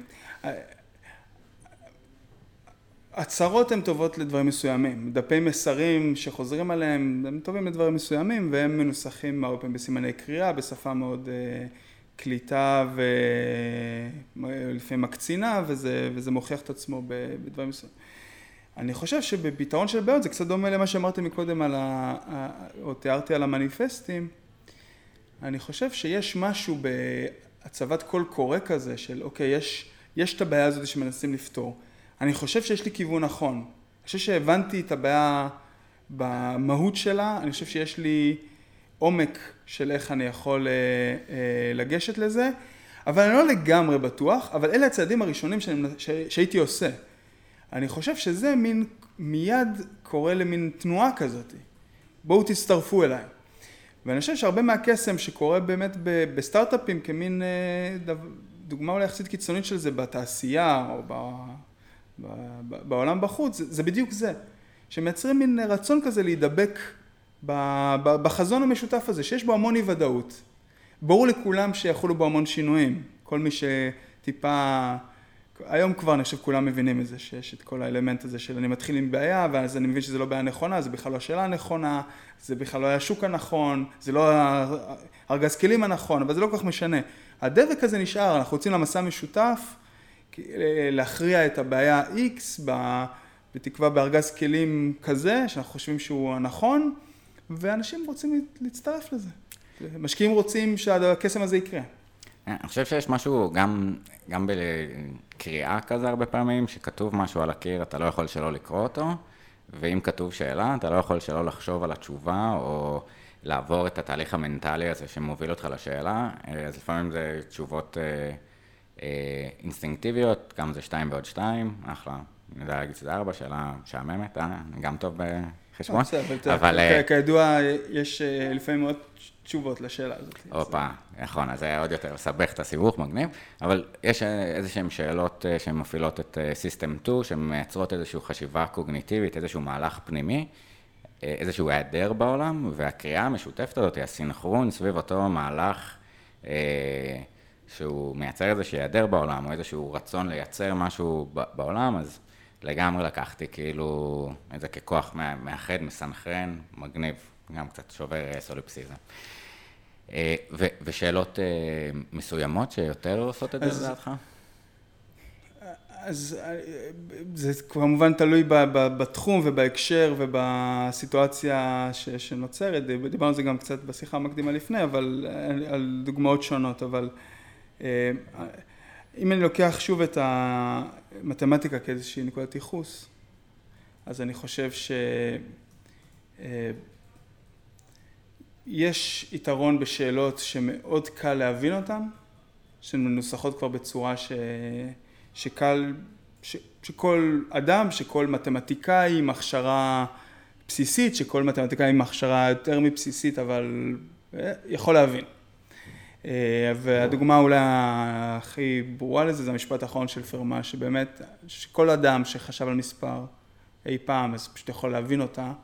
הצהרות הן טובות לדברים מסוימים. דפי מסרים שחוזרים עליהם, הם טובים לדברים מסוימים, והם מנוסחים הרבה פעמים בסימני קריאה, בשפה מאוד קליטה ולפעמים מקצינה, וזה מוכיח את עצמו בדברים מסוימים. אני חושב שבפתרון של בעיות זה קצת דומה למה שאמרתי מקודם או תיארתי על המניפסטים. אני חושב שיש משהו בהצבת קול קורא כזה של אוקיי, יש את הבעיה הזאת שמנסים לפתור. אני חושב שיש לי כיוון נכון. אני חושב שהבנתי את הבעיה במהות שלה, אני חושב שיש לי עומק של איך אני יכול לגשת לזה, אבל אני לא לגמרי בטוח, אבל אלה הצעדים הראשונים שהייתי עושה. אני חושב שזה מיד קורא למין תנועה כזאת. בואו תצטרפו אליי. ואני חושב שהרבה מהקסם שקורה באמת בסטארט-אפים כמין דוגמה אולי יחסית קיצונית של זה בתעשייה או בעולם בחוץ, זה בדיוק זה. שמייצרים מין רצון כזה להידבק בחזון המשותף הזה, שיש בו המון אי ודאות. ברור לכולם שיחולו בו המון שינויים. כל מי שטיפה... היום כבר אני חושב כולם מבינים את זה, שיש את כל האלמנט הזה של אני מתחיל עם בעיה, ואז אני מבין שזה לא בעיה נכונה, זה בכלל לא השאלה הנכונה, זה בכלל לא השוק הנכון, זה לא ארגז כלים הנכון, אבל זה לא כל כך משנה. הדבק הזה נשאר, אנחנו רוצים למסע משותף, להכריע את הבעיה X, בתקווה בארגז כלים כזה, שאנחנו חושבים שהוא הנכון, ואנשים רוצים להצטרף לזה. משקיעים רוצים שהקסם הזה יקרה. אני חושב שיש משהו גם בקריאה כזה הרבה פעמים, שכתוב משהו על הקיר, אתה לא יכול שלא לקרוא אותו, ואם כתוב שאלה, אתה לא יכול שלא לחשוב על התשובה, או לעבור את התהליך המנטלי הזה שמוביל אותך לשאלה, אז לפעמים זה תשובות אינסטינקטיביות, גם זה 2 ועוד 2, אחלה, אני יודע להגיד שזה 4, שאלה משעממת, גם טוב בחשבון, אבל... כידוע, יש לפעמים מאוד תשובות לשאלה הזאת. אופה, נכון, אז זה עוד יותר סבך את הסיבוך, מגניב, אבל יש איזשהן שאלות שמפעילות את סיסטם 2, שמייצרות איזושהי חשיבה קוגניטיבית, איזשהו מהלך פנימי, איזשהו היעדר בעולם, והקריאה המשותפת הזאת, הסינכרון סביב אותו מהלך שהוא מייצר איזשהו היעדר בעולם, או איזשהו רצון לייצר משהו בעולם, אז לגמרי לקחתי כאילו איזה ככוח מאחד, מסנכרן, מגניב, גם קצת שובר סוליפסיזם. ושאלות מסוימות שיותר עושות את זה לדעתך? אז זה כמובן תלוי בתחום ובהקשר ובסיטואציה שנוצרת, דיברנו על זה גם קצת בשיחה המקדימה לפני, אבל על דוגמאות שונות, אבל אם אני לוקח שוב את המתמטיקה כאיזושהי נקודת ייחוס, אז אני חושב יש יתרון בשאלות שמאוד קל להבין אותן, שמנוסחות כבר בצורה שכל אדם, שכל מתמטיקאי עם הכשרה בסיסית, שכל מתמטיקאי עם הכשרה יותר מבסיסית, אבל יכול להבין. והדוגמה אולי הכי ברורה לזה, זה המשפט האחרון של פרמה, שבאמת, שכל אדם שחשב על מספר אי פעם, אז פשוט יכול להבין אותה,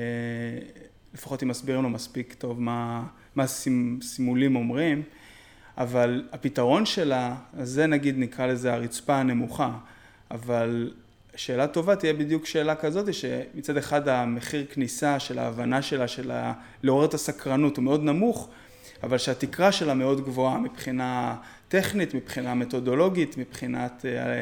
לפחות אם מסבירים לו מספיק טוב מה סימולים אומרים, אבל הפתרון שלה, אז זה נגיד נקרא לזה הרצפה הנמוכה, אבל שאלה טובה תהיה בדיוק שאלה כזאת, שמצד אחד המחיר כניסה של ההבנה שלה, לעורר את הסקרנות הוא מאוד נמוך, אבל שהתקרה שלה מאוד גבוהה מבחינה טכנית, מבחינה מתודולוגית, מבחינת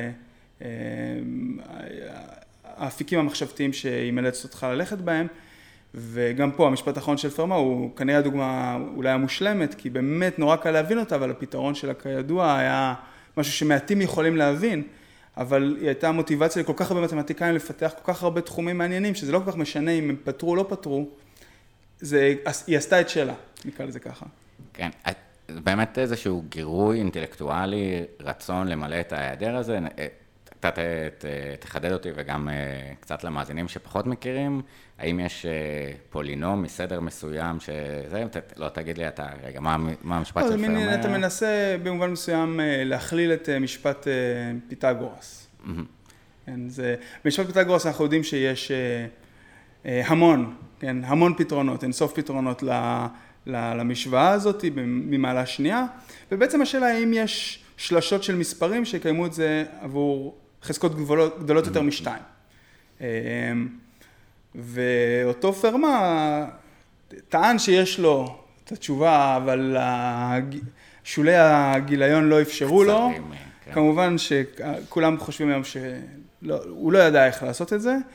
האפיקים המחשבתיים שהיא מלצת אותך ללכת בהם, וגם פה המשפט האחרון של פרמה הוא כנראה הדוגמה אולי המושלמת, כי באמת נורא קל להבין אותה, אבל הפתרון שלה כידוע היה משהו שמעטים יכולים להבין, אבל היא הייתה מוטיבציה לכל כך הרבה מתמטיקאים לפתח כל כך הרבה תחומים מעניינים, שזה לא כל כך משנה אם הם פתרו או לא פתרו, היא עשתה את שלה, נקרא לזה ככה. כן, באמת איזשהו גירוי אינטלקטואלי, רצון למלא את ההיעדר הזה, אתה תחדד אותי וגם קצת למאזינים שפחות מכירים, האם יש פולינום מסדר מסוים שזה, לא תגיד לי אתה, רגע, מה המשפט של פרמה? אתה מנסה במובן מסוים להכליל את משפט פיתגורס. במשפט פיתגורס אנחנו יודעים שיש המון פתרונות, אינסוף פתרונות למשוואה הזאת ממעלה שנייה, ובעצם השאלה האם יש שלשות של מספרים שיקיימו את זה עבור חזקות גדולות יותר משתיים. ואותו פרמה טען שיש לו את התשובה, אבל שולי הגיליון לא אפשרו לו. כמובן שכולם חושבים היום שהוא לא ידע איך לעשות את זה,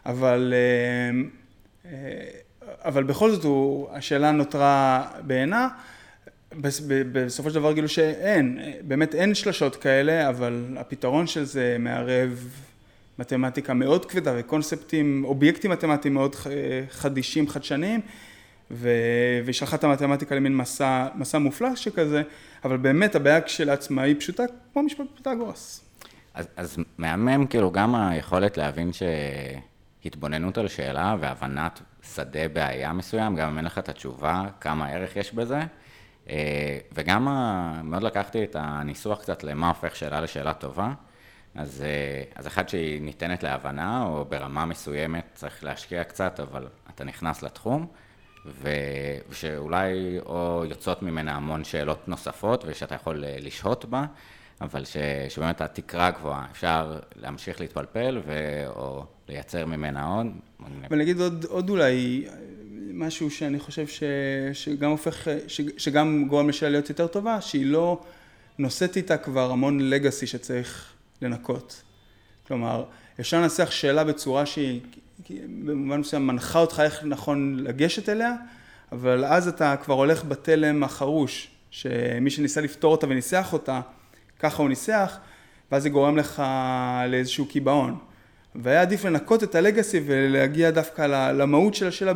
אבל בכל זאת השאלה נותרה בעינה. בסופו של דבר גילו באמת אין שלשות כאלה, אבל הפתרון של זה מערב מתמטיקה מאוד כבדה וקונספטים, אובייקטים מתמטיים מאוד חדישים, חדשניים, ושלחה את המתמטיקה למין מסע מופלא שכזה, אבל באמת הבעיה כשלעצמה היא פשוטה כמו משפט פיתגורס. אז מהמם כאילו גם היכולת להבין שהתבוננות על שאלה והבנת שדה בעיה מסוים, גם אם אין לך את התשובה, כמה ערך יש בזה, וגם מאוד לקחתי את הניסוח קצת למה הופך שאלה לשאלה טובה, אז אחד שהיא ניתנת להבנה, או ברמה מסוימת צריך להשקיע קצת, אבל אתה נכנס לתחום, ושאולי או יוצאות ממנה המון שאלות נוספות, ושאתה יכול לשהות בה, אבל שבאמת התקרה גבוהה, אפשר להמשיך להתפלפל, או לייצר ממנה עוד. ונגיד עוד אולי משהו שאני חושב שגם הופך, שגם גורם לשאלה להיות יותר טובה, שהיא לא נושאת איתה כבר המון לגאסי שצריך לנקות. כלומר, אפשר לנסח שאלה בצורה שהיא במובן מסוים מנחה אותך איך נכון לגשת אליה, אבל אז אתה כבר הולך בתלם החרוש, שמי שניסה לפתור אותה וניסח אותה, ככה הוא ניסח, ואז זה גורם לך לאיזשהו קיבעון. והיה עדיף לנקות את הלגאסי ולהגיע דווקא למהות של השאלה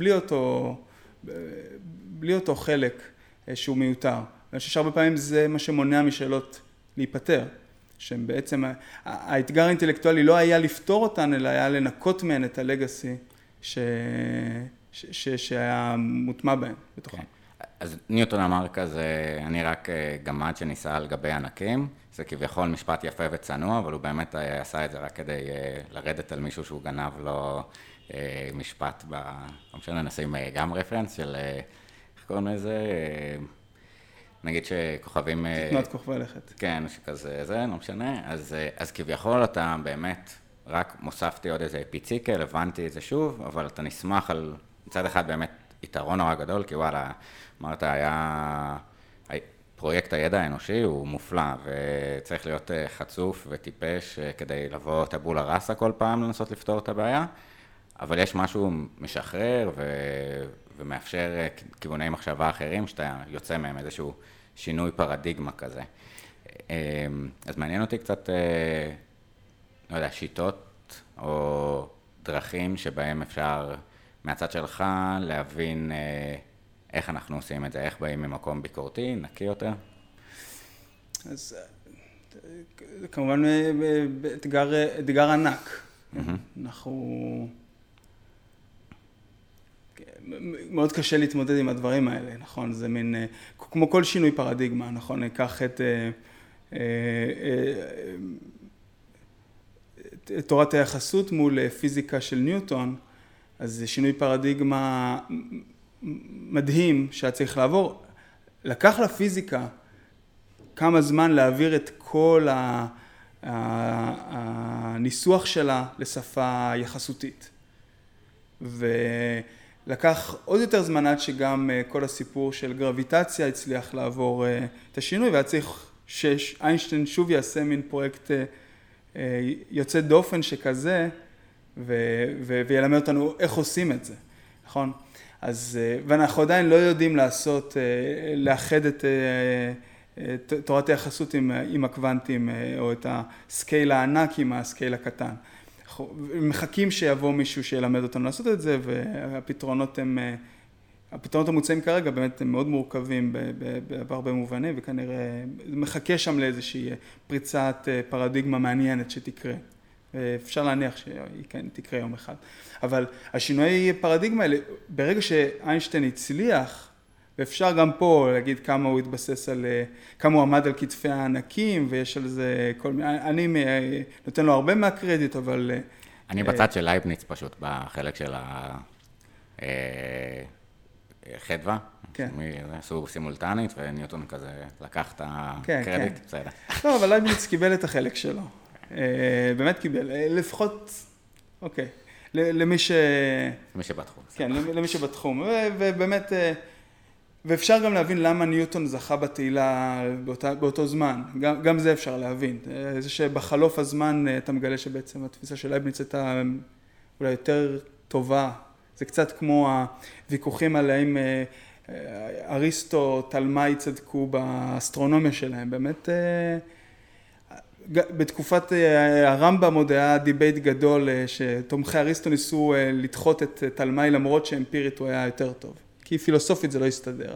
בלי אותו חלק שהוא מיותר. ואני חושב שהרבה פעמים זה מה שמונע משאלות להיפטר. שבעצם האתגר האינטלקטואלי לא היה לפתור אותן, אלא היה לנקות מהן את הלגאסי שהיה מוטמע בהן בתוכן. אז ניוטון אמר כזה, אני רק גמד שניסה על גבי ענקים, זה כביכול משפט יפה וצנוע, אבל הוא באמת עשה את זה רק כדי לרדת על מישהו שהוא גנב לו משפט, לא משנה, נשים גם רפרנס של, איך קוראים לזה? נגיד שכוכבים... תתנות כוכבי לכת. כן, שכזה, זה, לא משנה. אז כביכול אתה באמת, רק מוספתי עוד איזה פיציקל, הבנתי את זה שוב, אבל אתה נשמח על מצד אחד באמת יתרון נורא גדול, כי וואלה, אמרת, פרויקט הידע האנושי הוא מופלא, וצריך להיות חצוף וטיפש כדי לבוא טבולה ראסה כל פעם לנסות לפתור את הבעיה, אבל יש משהו משחרר ומאפשר כיווני מחשבה אחרים, שאתה יוצא מהם איזשהו שינוי פרדיגמה כזה. אז מעניין אותי קצת, לא יודע, שיטות או דרכים שבהם אפשר מהצד שלך להבין איך אנחנו עושים את זה, איך באים ממקום ביקורתי, נקי יותר? אז כמובן אתגר ענק. אנחנו... מאוד קשה להתמודד עם הדברים האלה, נכון? זה מין, כמו כל שינוי פרדיגמה, נכון? ניקח את תורת היחסות מול פיזיקה של ניוטון, אז זה שינוי פרדיגמה מדהים שהיה צריך לעבור. לקח לפיזיקה כמה זמן להעביר את כל הניסוח שלה לשפה יחסותית. ולקח עוד יותר זמן עד שגם כל הסיפור של גרביטציה הצליח לעבור את השינוי, והיה צריך שאיינשטיין שוב יעשה מין פרויקט יוצא דופן שכזה, וילמד אותנו איך עושים את זה, נכון? אז, ואנחנו עדיין לא יודעים לאחד את תורת היחסות עם הקוונטים, או את הסקייל הענק עם הסקייל הקטן. מחכים שיבוא מישהו שילמד אותנו לעשות את זה, והפתרונות המוצאים כרגע באמת הם מאוד מורכבים בהרבה מובנים, וכנראה מחכה שם לאיזושהי פריצת פרדיגמה מעניינת שתקרה. אפשר להניח שהיא תקרה יום אחד. אבל השינוי פרדיגמה האלה, ברגע שאיינשטיין הצליח, ואפשר גם פה להגיד כמה הוא התבסס על, כמה הוא עמד על כתפי הענקים, ויש על זה כל מיני, אני נותן לו הרבה מהקרדיט, אבל... אני בצד של לייבניץ פשוט, בחלק של החדווה, עשו סימולטנית, וניוטון כזה לקח את הקרדיט, בסדר. לא, אבל לייבניץ קיבל את החלק שלו. באמת קיבל, לפחות, אוקיי, למי שבתחום. כן, למי שבתחום, ובאמת, ואפשר גם להבין למה ניוטון זכה בתהילה באותו זמן, גם זה אפשר להבין. זה שבחלוף הזמן אתה מגלה שבעצם התפיסה של לייבניץ הייתה אולי יותר טובה. זה קצת כמו הוויכוחים על האם אריסטו, תלמי צדקו באסטרונומיה שלהם. באמת, בתקופת הרמב"ם עוד היה דיבייט גדול שתומכי אריסטו ניסו לדחות את תלמי למרות שאמפירית הוא היה יותר טוב. כי פילוסופית זה לא יסתדר.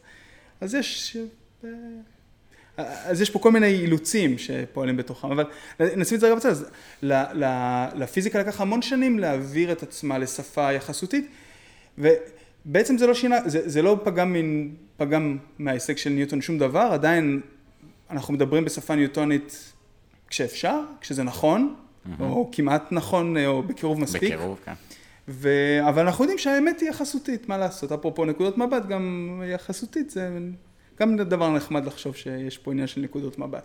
אז יש פה כל מיני אילוצים שפועלים בתוכם, אבל נשים את זה רגע בצד. אז לפיזיקה לקח המון שנים להעביר את עצמה לשפה יחסותית, ובעצם זה לא שינה, זה לא פגם מההישג של ניוטון שום דבר, עדיין אנחנו מדברים בשפה ניוטונית כשאפשר, כשזה נכון, או כמעט נכון, או בקירוב מספיק. בקירוב, כן. אבל אנחנו יודעים שהאמת היא יחסותית, מה לעשות? אפרופו נקודות מבט, גם יחסותית, זה גם דבר נחמד לחשוב שיש פה עניין של נקודות מבט.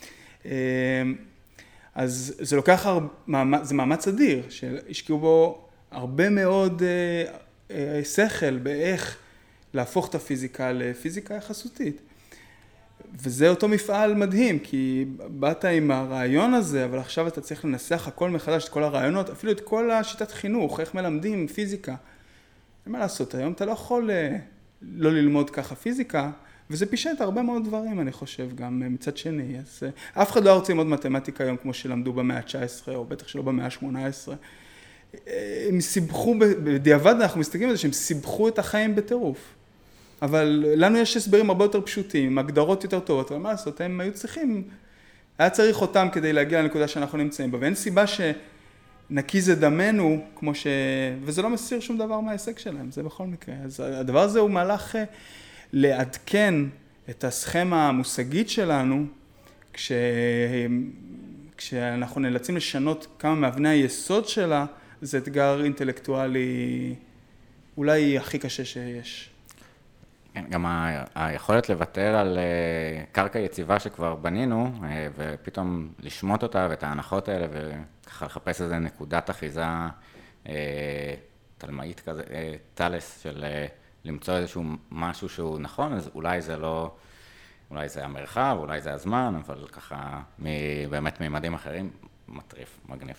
אז זה לוקח, זה מאמץ אדיר, שהשקיעו בו הרבה מאוד שכל באיך להפוך את הפיזיקה לפיזיקה יחסותית. וזה אותו מפעל מדהים, כי באת עם הרעיון הזה, אבל עכשיו אתה צריך לנסח הכל מחדש, את כל הרעיונות, אפילו את כל השיטת חינוך, איך מלמדים פיזיקה. מה לעשות, היום אתה לא יכול לא ללמוד ככה פיזיקה, וזה פישט הרבה מאוד דברים, אני חושב, גם מצד שני. אז אף אחד לא רוצה ללמוד מתמטיקה היום, כמו שלמדו במאה ה-19, או בטח שלא במאה ה-18. הם סיבכו, בדיעבד אנחנו מסתכלים על זה, שהם סיבכו את החיים בטירוף. אבל לנו יש הסברים הרבה יותר פשוטים, הגדרות יותר טובות, אבל מה לעשות, הם היו צריכים, היה צריך אותם כדי להגיע לנקודה שאנחנו נמצאים בה, ואין סיבה שנקיז את דמנו, כמו וזה לא מסיר שום דבר מההישג שלהם, זה בכל מקרה. אז הדבר הזה הוא מהלך לעדכן את הסכמה המושגית שלנו, כשאנחנו נאלצים לשנות כמה מאבני היסוד שלה, זה אתגר אינטלקטואלי אולי הכי קשה שיש. גם היכולת לוותר על קרקע יציבה שכבר בנינו, ופתאום לשמוט אותה ואת ההנחות האלה, וככה לחפש איזו נקודת אחיזה תלמאית כזה, טלס של למצוא איזשהו משהו שהוא נכון, אז אולי זה לא, אולי זה המרחב, אולי זה הזמן, אבל ככה באמת ממדים אחרים, מטריף, מגניב.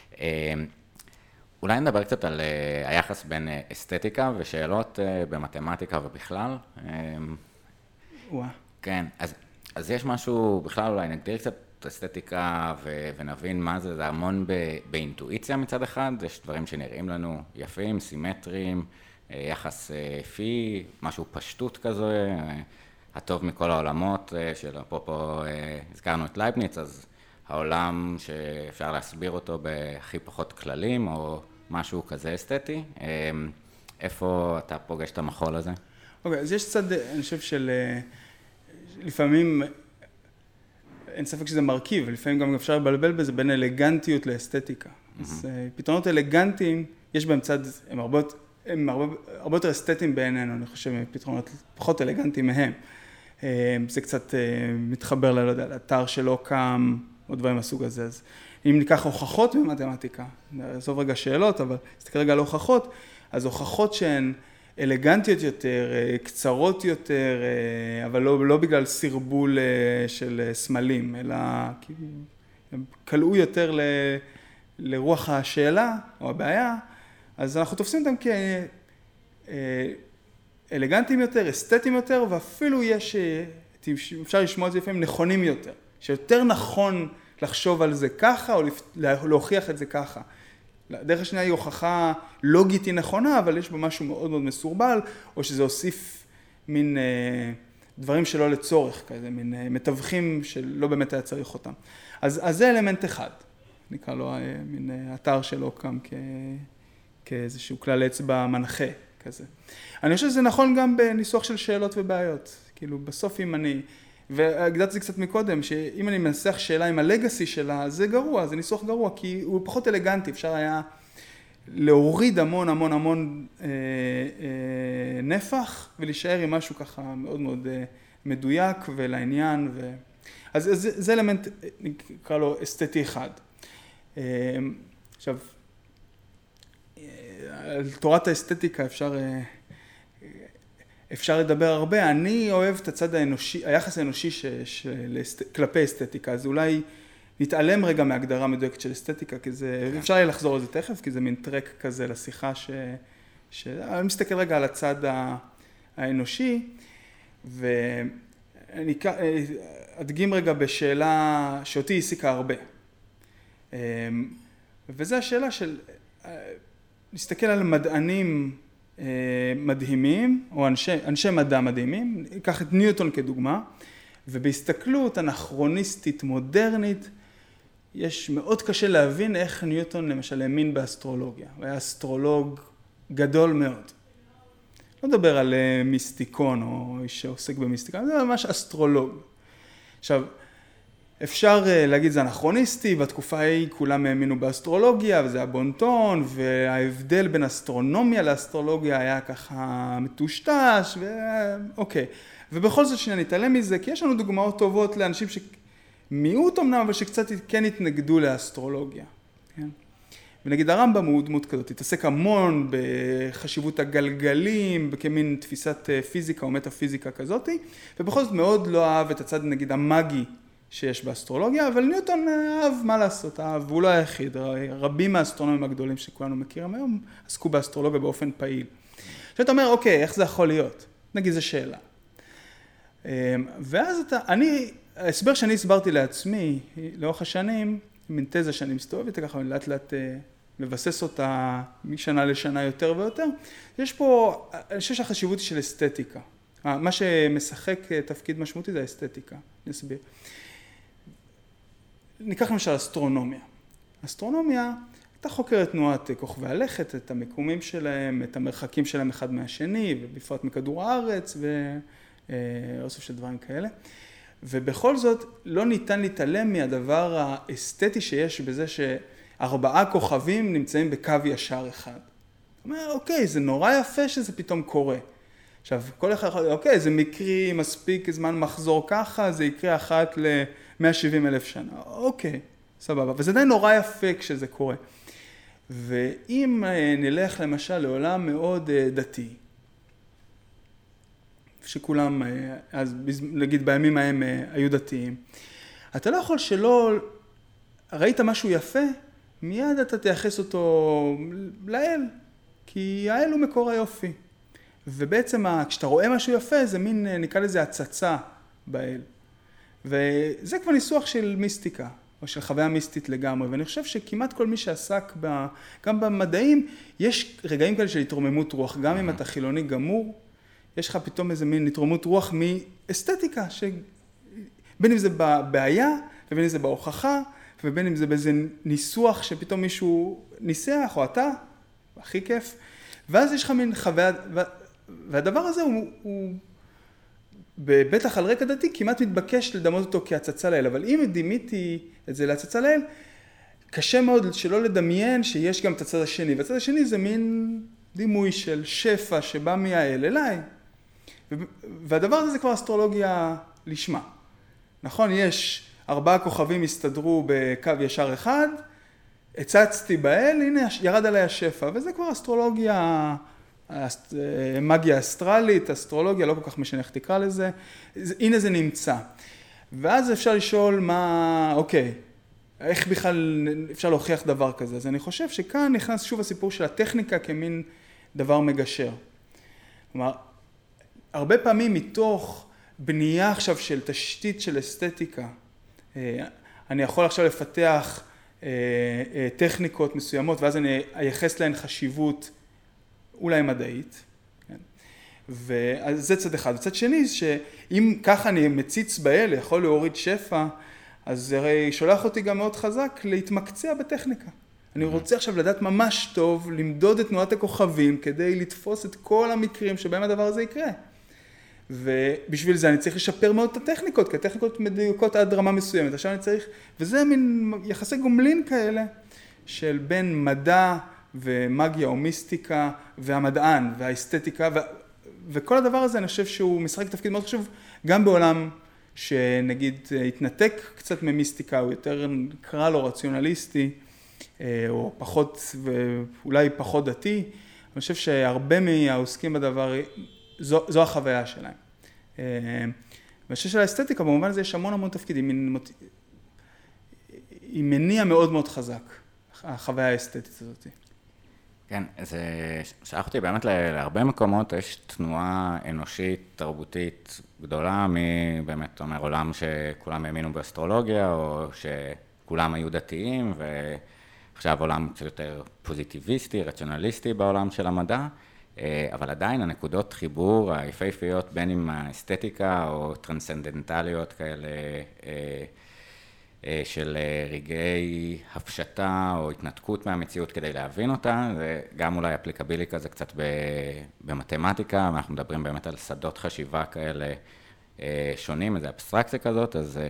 אולי נדבר קצת על היחס בין אסתטיקה ושאלות במתמטיקה ובכלל. כן, אז יש משהו, בכלל אולי נגדיר קצת אסתטיקה ונבין מה זה, זה המון באינטואיציה מצד אחד, יש דברים שנראים לנו יפים, סימטריים, יחס יפי, משהו פשטות כזה, הטוב מכל העולמות, פה הזכרנו את לייבניץ, אז העולם שאפשר להסביר אותו בהכי פחות כללים, או משהו כזה אסתטי. איפה אתה פוגש את המחול הזה? אוקיי, אז יש צד, אני חושב לפעמים, אין ספק שזה מרכיב, ולפעמים גם אפשר לבלבל בזה בין אלגנטיות לאסתטיקה. אז פתרונות אלגנטיים, יש בהם צד, הם הרבה יותר אסתטיים בעינינו, אני חושב, פתרונות פחות אלגנטיים מהם. זה קצת מתחבר לא יודע, לאתר שלא קם, או דברים מהסוג הזה. אז אם ניקח הוכחות במתמטיקה, נעזוב רגע שאלות, אבל נסתכל רגע על הוכחות, אז הוכחות שהן אלגנטיות יותר, קצרות יותר, אבל לא בגלל סרבול של סמלים, אלא הם קלעו יותר לרוח השאלה או הבעיה, אז אנחנו תופסים אותם כאלגנטיים יותר, אסתטיים יותר, ואפילו אפשר לשמוע את זה לפעמים נכונים יותר, שיותר נכון לחשוב על זה ככה, או להוכיח את זה ככה. הדרך השנייה היא הוכחה לוגית היא נכונה, אבל יש בה משהו מאוד מאוד מסורבל, או שזה הוסיף מין דברים שלא לצורך, כזה, מין מתווכים שלא באמת היה צריך אותם. אז זה אלמנט אחד, נקרא לו מין אתר שלא קם כאיזשהו כלל אצבע מנחה כזה. אני חושב שזה נכון גם בניסוח של שאלות ובעיות. כאילו בסוף אם אני, והגדלתי זה קצת מקודם, שאם אני מנסח שאלה עם הלגאסי שלה, זה גרוע, זה ניסוח גרוע, כי הוא פחות אלגנטי, אפשר היה להוריד המון המון המון נפח, ולהישאר עם משהו ככה מאוד מאוד מדויק ולעניין. אז זה אלמנט, נקרא לו אסתטי אחד. עכשיו, על תורת האסתטיקה אפשר לדבר הרבה. אני אוהב את הצד האנושי, היחס האנושי כלפי אסתטיקה, אז אולי נתעלם רגע מהגדרה מדויקת של אסתטיקה, כי זה, אפשר יהיה לחזור על זה תכף, כי זה מין טרק כזה לשיחה אני מסתכל רגע על הצד האנושי, ואני אדגים רגע בשאלה שאותי העסיקה הרבה. וזו השאלה של נסתכל על מדענים מדהימים, או אנשי מדע מדהימים, ניקח את ניוטון כדוגמה, ובהסתכלות אנכרוניסטית מודרנית, יש מאוד קשה להבין איך ניוטון למשל האמין באסטרולוגיה. הוא היה אסטרולוג גדול מאוד. לא מדבר על מיסטיקון או איש שעוסק במיסטיקה, זה ממש אסטרולוג. עכשיו, אפשר להגיד זה אנכרוניסטי, בתקופה ההיא כולם האמינו באסטרולוגיה, וזה הבונטון, וההבדל בין אסטרונומיה לאסטרולוגיה היה ככה מטושטש, אוקיי. ובכל זאת שניה נתעלם מזה, כי יש לנו דוגמאות טובות לאנשים מיעוט אמנם, אבל שקצת כן התנגדו לאסטרולוגיה. כן? ונגיד הרמב"ם הוא דמות כזאת, התעסק המון בחשיבות הגלגלים, כמין תפיסת פיזיקה או מטאפיזיקה כזאת, ובכל זאת מאוד לא אהב את הצד נגיד המאגי שיש באסטרולוגיה, אבל ניוטון אהב מה לעשות, והוא לא היחיד, רבים מהאסטרונומים הגדולים שכולנו מכירים היום עסקו באסטרולוגיה באופן פעיל. שאתה אומר, אוקיי, איך זה יכול להיות? נגיד, זו שאלה. ואז ההסבר שאני הסברתי לעצמי לאורך השנים, מין תזה שאני מסתובב איתה ככה, אני לאט לאט מבסס אותה משנה לשנה יותר ויותר, יש פה, אני חושב שהחשיבות היא של אסתטיקה. מה שמשחק תפקיד משמעותי זה האסתטיקה, נסביר. ניקח למשל אסטרונומיה. אסטרונומיה, אתה חוקר את תנועת כוכבי הלכת, את המיקומים שלהם, את המרחקים שלהם אחד מהשני, ובפרט מכדור הארץ, ואוסף של דברים כאלה. ובכל זאת, לא ניתן להתעלם מהדבר האסתטי שיש בזה ש4 כוכבים נמצאים בקו ישר אחד. זאת אומרת, אוקיי, זה נורא יפה שזה פתאום קורה. עכשיו, כל אחד יכול, אוקיי, זה מקרי, מספיק זמן מחזור ככה, זה יקרה אחת ל-170,000 שנה. אוקיי, סבבה. וזה די נורא יפה כשזה קורה. ואם נלך למשל לעולם מאוד דתי, שכולם, אז נגיד בימים ההם היו דתיים, אתה לא יכול שלא, ראית משהו יפה, מיד אתה תייחס אותו לאל, כי האל הוא מקור היופי. ובעצם כשאתה רואה משהו יפה, זה מין, נקרא לזה הצצה באל. וזה כבר ניסוח של מיסטיקה, או של חוויה מיסטית לגמרי. ואני חושב שכמעט כל מי שעסק גם במדעים, יש רגעים כאלה של התרוממות רוח. גם אם אתה חילוני גמור, יש לך פתאום איזה מין התרוממות רוח מאסתטיקה, בין אם זה בבעיה, ובין אם זה בהוכחה, ובין אם זה באיזה ניסוח שפתאום מישהו ניסח, או אתה, הכי כיף. ואז יש לך מין חוויה, והדבר הזה הוא בטח על רקע דתי כמעט מתבקש לדמות אותו כהצצה לאל, אבל אם דימיתי את זה להצצה לאל, קשה מאוד שלא לדמיין שיש גם את הצד השני, והצד השני זה מין דימוי של שפע שבא מהאל אליי. והדבר הזה זה כבר אסטרולוגיה לשמה. נכון, יש 4 כוכבים הסתדרו בקו ישר אחד, הצצתי באל, הנה ירד עליי השפע, וזה כבר אסטרולוגיה, מגיה אסטרלית, אסטרולוגיה, לא כל כך משנה איך תקרא לזה, הנה זה נמצא. ואז אפשר לשאול מה, אוקיי, איך בכלל אפשר להוכיח דבר כזה? אז אני חושב שכאן נכנס שוב הסיפור של הטכניקה כמין דבר מגשר. כלומר, הרבה פעמים מתוך בנייה עכשיו של תשתית של אסתטיקה, אני יכול עכשיו לפתח טכניקות מסוימות, ואז אני אייחס להן חשיבות אולי מדעית. וזה צד אחד. וצד שני, שאם ככה אני מציץ באל, יכול להוריד שפע, אז זה הרי שולח אותי גם מאוד חזק להתמקצע בטכניקה. אני רוצה עכשיו לדעת ממש טוב, למדוד את תנועת הכוכבים, כדי לתפוס את כל המקרים שבהם הדבר הזה יקרה. ובשביל זה אני צריך לשפר מאוד את הטכניקות, כי הטכניקות מדיוקות עד רמה מסוימת. עכשיו אני צריך, וזה מין יחסי גומלין כאלה, של בין מדע ומגיה או מיסטיקה, והמדען והאסתטיקה, וכל הדבר הזה אני חושב שהוא משחק תפקיד מאוד חשוב, גם בעולם שנגיד התנתק קצת ממיסטיקה, הוא יותר נקרא לו רציונליסטי, או פחות, ואולי פחות דתי. אני חושב שהרבה מהעוסקים בדבר, זו החוויה שלהם. ואני חושב של האסתטיקה, במובן הזה יש המון תפקידים, היא מניע מאוד מאוד חזק, החוויה האסתטית הזאת. כן, זה שלח אותי באמת להרבה מקומות, יש תנועה אנושית, תרבותית גדולה, מבאמת, אתה אומר, עולם שכולם האמינו באסטרולוגיה, או שכולם היו דתיים, ועכשיו עולם קצת יותר פוזיטיביסטי, רציונליסטי בעולם של המדע, אבל עדיין הנקודות חיבור היפהפיות, בין אם האסתטיקה או טרנסצנדנטליות כאלה, של רגעי הפשטה או התנתקות מהמציאות כדי להבין אותה, זה גם אולי אפליקבילי כזה קצת במתמטיקה, ואנחנו מדברים באמת על שדות חשיבה כאלה שונים, איזו אבסטרקציה כזאת, אז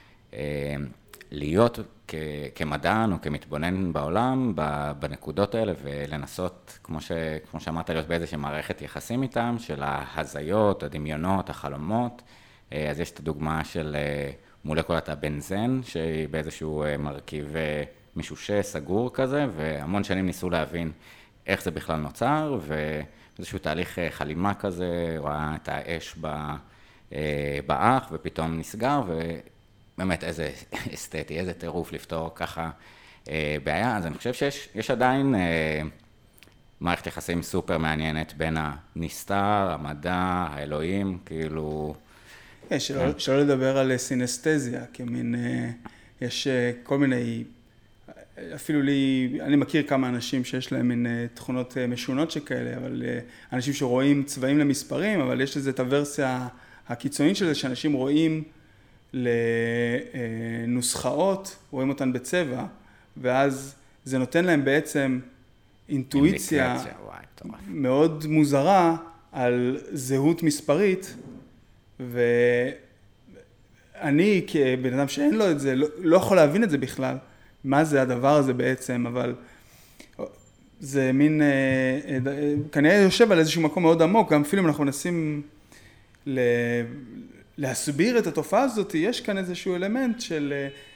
להיות כמדען או כמתבונן בעולם בנקודות האלה ולנסות, כמו שאמרת, להיות באיזושהי מערכת יחסים איתם, של ההזיות, הדמיונות, החלומות, אז יש את הדוגמה של מולקולת הבנזן, שהיא באיזשהו מרכיב משושה, סגור כזה, והמון שנים ניסו להבין איך זה בכלל נוצר, ואיזשהו תהליך חלימה כזה, רואה את האש באח, ופתאום נסגר, ובאמת איזה אסתטי, איזה טירוף לפתור ככה בעיה. אז אני חושב שיש עדיין מערכת יחסים סופר מעניינת בין הנסתר, המדע, האלוהים, כאילו שלא לדבר על סינסטזיה, כמין, יש כל מיני, אפילו לי, אני מכיר כמה אנשים שיש להם מין תכונות משונות שכאלה, אבל אנשים שרואים צבעים למספרים, אבל יש לזה את הוורסיה הקיצונית של זה, שאנשים רואים לנוסחאות, רואים אותן בצבע, ואז זה נותן להם בעצם אינטואיציה מאוד מוזרה על זהות מספרית, ואני כבן אדם שאין לו את זה, לא יכול להבין את זה בכלל, מה זה הדבר הזה בעצם, אבל זה מין, כנראה יושב על איזשהו מקום מאוד עמוק, גם אפילו אם אנחנו מנסים להסביר את התופעה הזאת, יש כאן איזשהו אלמנט של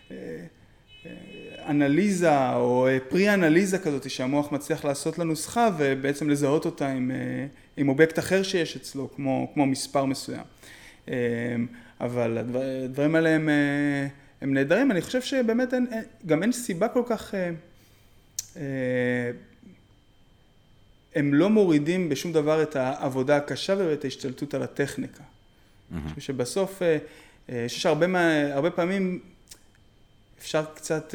אנליזה או פרי-אנליזה כזאת שהמוח מצליח לעשות לנוסחה ובעצם לזהות אותה עם אובייקט אחר שיש אצלו, כמו מספר מסוים. אבל הדברים האלה הם נהדרים. אני חושב שבאמת גם אין סיבה כל כך, הם לא מורידים בשום דבר את העבודה הקשה ואת ההשתלטות על הטכניקה. שבסוף, שיש הרבה פעמים אפשר קצת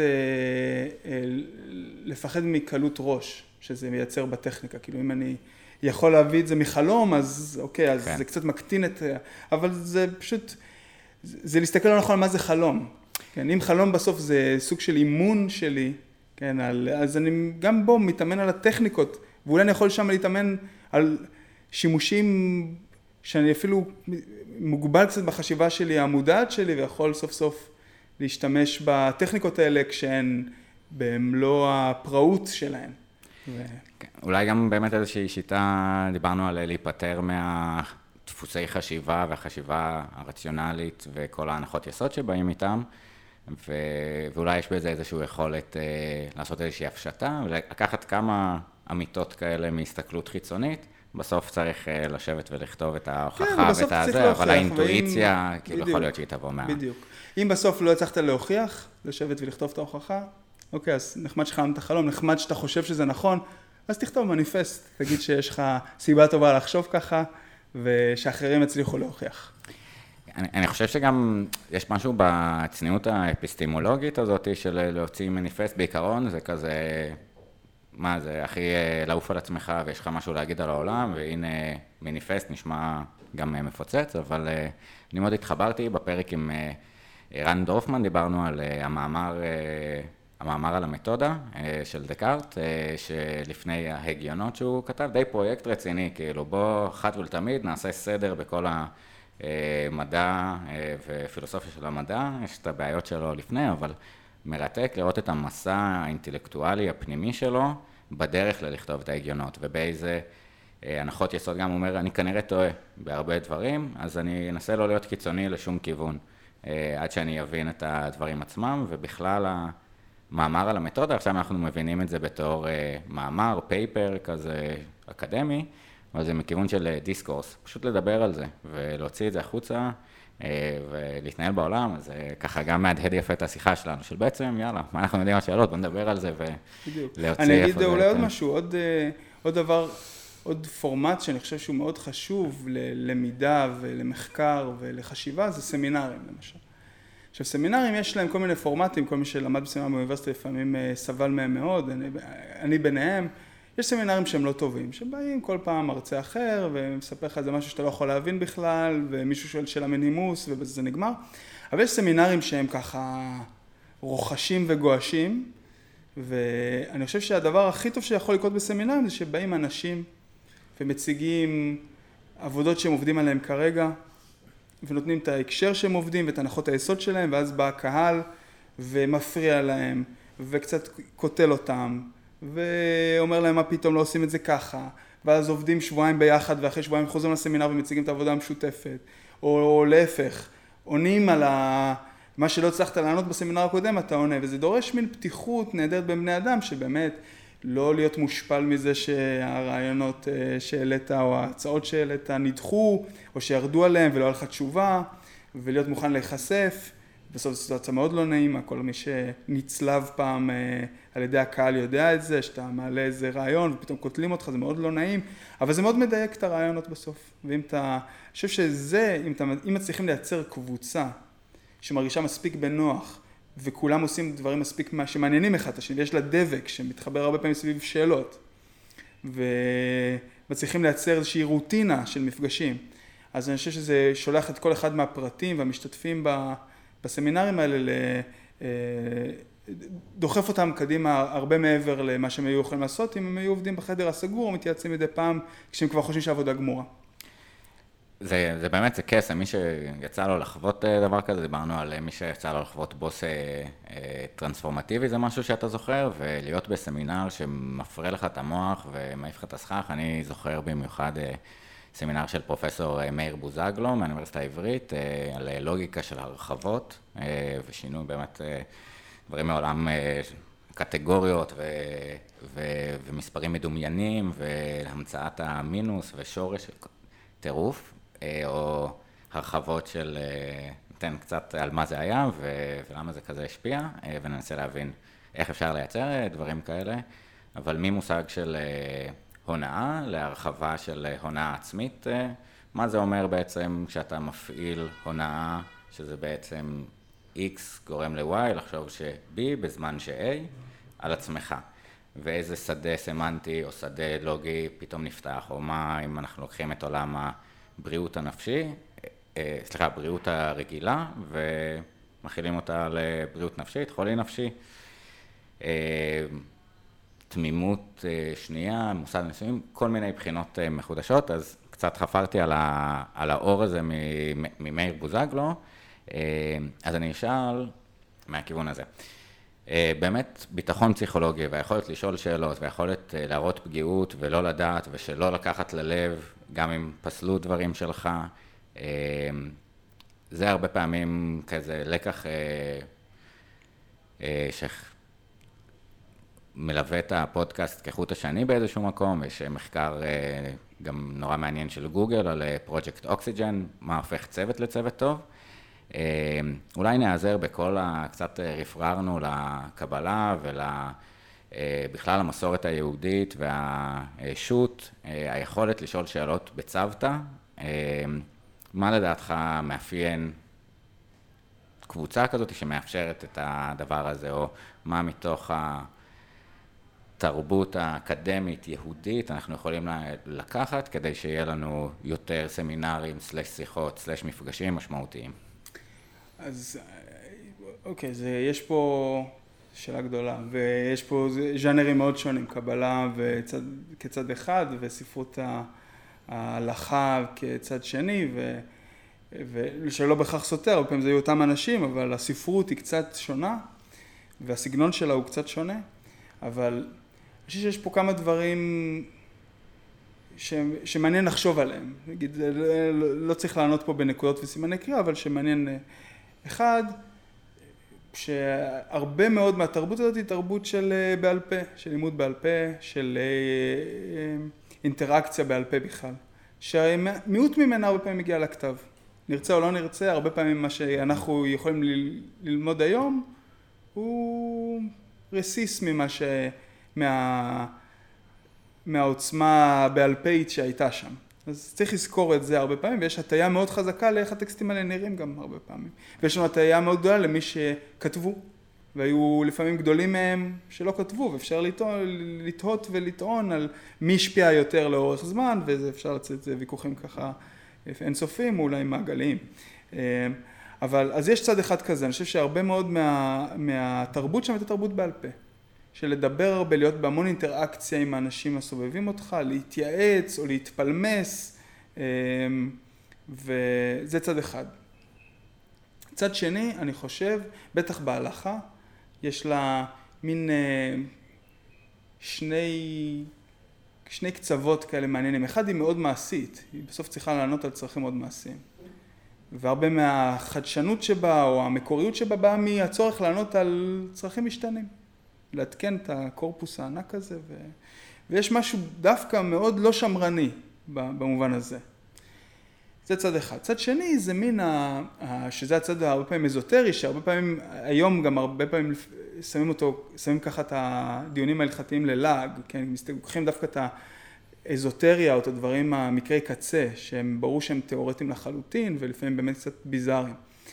לפחד מקלות ראש, שזה מייצר בטכניקה. כאילו אם אני יכול להביא את זה מחלום, אז אוקיי, אז זה קצת מקטין את, אבל זה פשוט, זה להסתכל לא נכון על מה זה חלום. כן, אם חלום בסוף זה סוג של אימון שלי, כן, אז אני גם בו מתאמן על הטכניקות, ואולי אני יכול שם להתאמן על שימושים שאני אפילו מוגבל קצת בחשיבה שלי, המודעת שלי, ויכול סוף סוף להשתמש בטכניקות האלה כשהן במלוא הפראות שלהן. אולי גם באמת איזושהי שיטה, דיברנו על להיפטר הדפוסי חשיבה והחשיבה הרציונלית וכל ההנחות יסוד שבאים איתם, ואולי יש בזה איזושהי יכולת לעשות איזושהי הפשטה, ולקחת כמה אמיתות כאלה מהסתכלות חיצונית, בסוף צריך לשבת ולכתוב את ההוכחה ואת הזה, אבל האינטואיציה, כאילו יכול להיות שהיא תבוא מה... בדיוק. אם בסוף לא הצלחת להוכיח, לשבת ולכתוב את ההוכחה, אוקיי, אז נחמד שחלמת חלום, נחמד שאתה חושב שזה נכון, אז תכתוב מניפסט, תגיד שיש לך סיבה טובה לחשוב ככה, ושאחרים יצליחו להוכיח. אני חושב שגם יש משהו בצניעות האפיסטימולוגית הזאת של להוציא מניפסט בעיקרון, זה כזה, מה זה, הכי לעוף על עצמך ויש לך משהו להגיד על העולם, והנה מניפסט נשמע גם מפוצץ, אבל אני מאוד התחברתי בפרק עם רן דורפמן, דיברנו על המאמר על המתודה של דקארט, שלפני ההגיונות שהוא כתב, די פרויקט רציני, כאילו בוא אחת ולתמיד נעשה סדר בכל המדע ופילוסופיה של המדע, יש את הבעיות שלו לפני, אבל מרתק לראות את המסע האינטלקטואלי הפנימי שלו בדרך ללכתוב את ההגיונות, ובאיזה הנחות יסוד גם אומר, אני כנראה טועה בהרבה דברים, אז אני אנסה לא להיות קיצוני לשום כיוון, עד שאני אבין את הדברים עצמם, ובכלל מאמר על המתודה, עכשיו אנחנו מבינים את זה בתור מאמר, פייפר כזה אקדמי, אבל זה מכיוון של דיסקורס, פשוט לדבר על זה ולהוציא את זה החוצה ולהתנהל בעולם, אז ככה גם מהדהד יפה את השיחה שלנו, של בעצם יאללה, מה אנחנו יודעים על שאלות, בוא נדבר על זה ולהוציא. אני אגיד אולי עוד משהו, עוד דבר, עוד פורמט שאני חושב שהוא מאוד חשוב ללמידה ולמחקר ולחשיבה, זה סמינרים למשל. עכשיו, סמינרים יש להם כל מיני פורמטים, כל מי שלמד בסמינרים באוניברסיטה לפעמים סבל מהם מאוד, אני ביניהם. יש סמינרים שהם לא טובים, שבאים כל פעם מרצה אחר ומספר לך איזה משהו שאתה לא יכול להבין בכלל, ומישהו שואל שאלה מנימוס ובזה זה נגמר. אבל יש סמינרים שהם ככה רוחשים וגואשים, ואני חושב שהדבר הכי טוב שיכול לקרות בסמינרים זה שבאים אנשים ומציגים עבודות שהם עובדים עליהם כרגע, ונותנים את ההקשר שהם עובדים ואת הנחות היסוד שלהם, ואז בא הקהל ומפריע להם וקצת קוטל אותם ואומר להם מה פתאום לא עושים את זה ככה, ואז עובדים שבועיים ביחד ואחרי שבועיים חוזרים לסמינר ומציגים את העבודה המשותפת, או להפך, עונים על מה שלא הצלחת לענות בסמינר הקודם אתה עונה, וזה דורש מין פתיחות נהדרת בין בני אדם שבאמת לא להיות מושפל מזה שהרעיונות שהעלית או ההצעות שהעלית נדחו או שירדו עליהם ולא היה לך תשובה, ולהיות מוכן להיחשף. בסוף זו סיטואציה מאוד לא נעימה, כל מי שנצלב פעם על ידי הקהל יודע את זה, שאתה מעלה איזה רעיון ופתאום קוטלים אותך, זה מאוד לא נעים, אבל זה מאוד מדייק את הרעיונות בסוף. ואם אתה, אני חושב שזה, אם מצליחים לייצר קבוצה שמרגישה מספיק בנוח, וכולם עושים דברים מספיק שמעניינים אחד את השני, ויש לה דבק שמתחבר הרבה פעמים סביב שאלות, ומצליחים לייצר איזושהי רוטינה של מפגשים. אז אני חושב שזה שולח את כל אחד מהפרטים והמשתתפים בסמינרים האלה, דוחף אותם קדימה הרבה מעבר למה שהם היו יכולים לעשות, אם הם היו עובדים בחדר הסגור או מתייעצים מדי פעם כשהם כבר חושבים שהעבודה גמורה. זה באמת, זה קסם, מי שיצא לו לחוות דבר כזה, דיברנו על מי שיצא לו לחוות בוס טרנספורמטיבי, זה משהו שאתה זוכר, ולהיות בסמינר שמפרה לך את המוח ומעיף לך את הסכך. אני זוכר במיוחד סמינר של פרופסור מאיר בוזגלו מהאוניברסיטה העברית, על לוגיקה של הרחבות, ושינוי באמת דברים מעולם קטגוריות ומספרים מדומיינים, והמצאת המינוס ושורש טירוף, או הרחבות של, ניתן קצת על מה זה היה ולמה זה כזה השפיע, וננסה להבין איך אפשר לייצר דברים כאלה, אבל ממושג של הונאה להרחבה של הונאה עצמית, מה זה אומר בעצם כשאתה מפעיל הונאה, שזה בעצם X גורם ל-Y, לחשוב ש-B בזמן ש-A על עצמך. ואיזה שדה סמנטי או שדה לוגי פתאום נפתח, או מה אם אנחנו לוקחים את עולם הבריאות הנפשי, בריאות הרגילה, ומכילים אותה לבריאות נפשית, חולי נפשי, תמימות שנייה, מוסד נישואים, כל מיני בחינות מחודשות, אז קצת חפרתי על האור הזה ממאיר בוזגלו, אז אני אשאל מהכיוון הזה. באמת ביטחון פסיכולוגי והיכולת לשאול שאלות והיכולת להראות פגיעות ולא לדעת ושלא לקחת ללב, גם אם פסלו דברים שלך. זה הרבה פעמים כזה לקח שמלווה את הפודקאסט כחוט השני באיזשהו מקום. יש מחקר גם נורא מעניין של גוגל על פרויקט אוקסיג'ן, מה הופך צוות לצוות טוב. אולי נעזר בכל קצת רפררנו לקבלה ובכלל המסורת היהודית והשו"ת, היכולת לשאול שאלות בצוותא. מה לדעתך מאפיין קבוצה כזאת שמאפשרת את הדבר הזה, או מה מתוך התרבות האקדמית יהודית אנחנו יכולים לקחת כדי שיהיה לנו יותר סמינרים, שיחות, מפגשים משמעותיים? אז אוקיי, יש פה שאלה גדולה, ויש פה ז'אנרים מאוד שונים, קבלה כצד אחד, וספרות ההלכה כצד שני, ושלא בכך סותר, הרבה פעמים זה היו אותם אנשים, אבל הספרות היא קצת שונה, והסגנון שלה הוא קצת שונה, אבל אני חושב שיש פה כמה דברים שמעניין לחשוב עליהם. נגיד, לא צריך לענות פה בנקודות וסימני קריאה, אבל שמעניין. אחד, שהרבה מאוד מהתרבות הזאת היא תרבות של בעל פה, של לימוד בעל פה, של אינטראקציה בעל פה בכלל. שמיעוט ממנה הרבה פעמים מגיע לכתב. נרצה או לא נרצה, הרבה פעמים מה שאנחנו יכולים ללמוד היום, הוא רסיס מהעוצמה בעל פאית שהייתה שם. אז צריך לזכור את זה הרבה פעמים, ויש הטיה מאוד חזקה לאיך הטקסטים האלה נראים גם הרבה פעמים. ויש לנו הטיה מאוד גדולה למי שכתבו, והיו לפעמים גדולים מהם שלא כתבו, ואפשר לתהות ולטעון על מי השפיע יותר לאורך זמן, ואפשר לצאת ויכוחים ככה אינסופיים, אולי מעגליים. אבל אז יש צד אחד כזה, אני חושב שהרבה מאוד מהתרבות שם הייתה תרבות בעל פה. של לדבר הרבה, להיות בהמון אינטראקציה עם האנשים הסובבים אותך, להתייעץ או להתפלמס, וזה צד אחד. צד שני, אני חושב, בטח בהלכה, יש לה מין שני קצוות כאלה מעניינים. אחד היא מאוד מעשית, היא בסוף צריכה לענות על צרכים מאוד מעשיים. והרבה מהחדשנות שבה או המקוריות שבה באה מהצורך לענות על צרכים משתנים. לעדכן את הקורפוס הענק הזה, ויש משהו דווקא מאוד לא שמרני במובן הזה. זה צד אחד. צד שני זה מין, שזה הצד הרבה פעמים אזוטרי, שהרבה פעמים, היום גם הרבה פעמים שמים ככה את הדיונים ההלכתיים ללעג, כן? לוקחים דווקא את האזוטריה או את הדברים, המקרי קצה, שהם ברור שהם תיאורטיים לחלוטין, ולפעמים באמת קצת ביזאריים.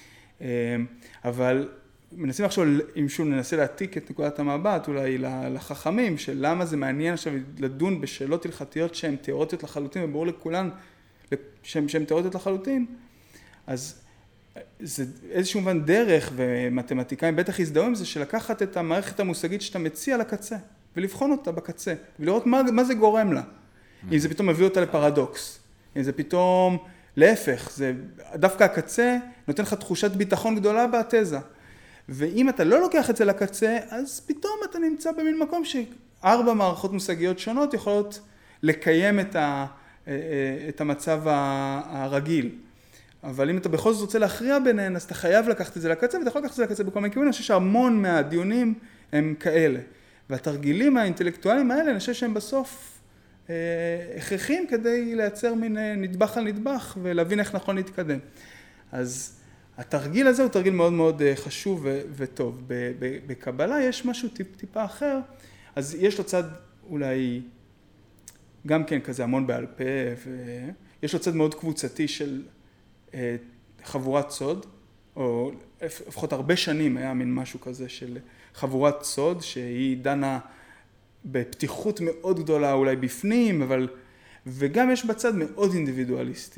אבל מנסים עכשיו, אם שוב ננסה להעתיק את נקודת המבט, אולי לחכמים, של למה זה מעניין עכשיו לדון בשאלות הלכתיות שהן תיאורטיות לחלוטין, וברור לכולן שהן תיאורטיות לחלוטין, אז זה איזשהו מובן דרך, ומתמטיקאים בטח הזדהו עם זה, שלקחת את המערכת המושגית שאתה מציע לקצה, ולבחון אותה בקצה, ולראות מה זה גורם לה. אם זה פתאום מביא אותה לפרדוקס, אם זה פתאום להפך, זה דווקא הקצה נותן לך תחושת ביטחון גדולה בתזה. ואם אתה לא לוקח את זה לקצה, אז פתאום אתה נמצא במין מקום שארבע מערכות מושגיות שונות יכולות לקיים את המצב הרגיל. אבל אם אתה בכל זאת רוצה להכריע ביניהן, אז אתה חייב לקחת את זה לקצה, ואתה יכול לקחת את זה לקצה בכל מיני כיוונים. אני חושב שהמון מהדיונים הם כאלה. והתרגילים האינטלקטואליים האלה, אני חושב שהם בסוף הכרחיים כדי לייצר מין נדבך על נדבך, ולהבין איך נכון להתקדם. אז התרגיל הזה הוא תרגיל מאוד מאוד חשוב וטוב. בקבלה יש משהו טיפה אחר, אז יש לו צד אולי גם כן כזה המון בעל פה, ויש לו צד מאוד קבוצתי של חבורת סוד, או לפחות הרבה שנים היה מין משהו כזה של חבורת סוד, שהיא דנה בפתיחות מאוד גדולה אולי בפנים, וגם יש בצד מאוד אינדיבידואליסטי.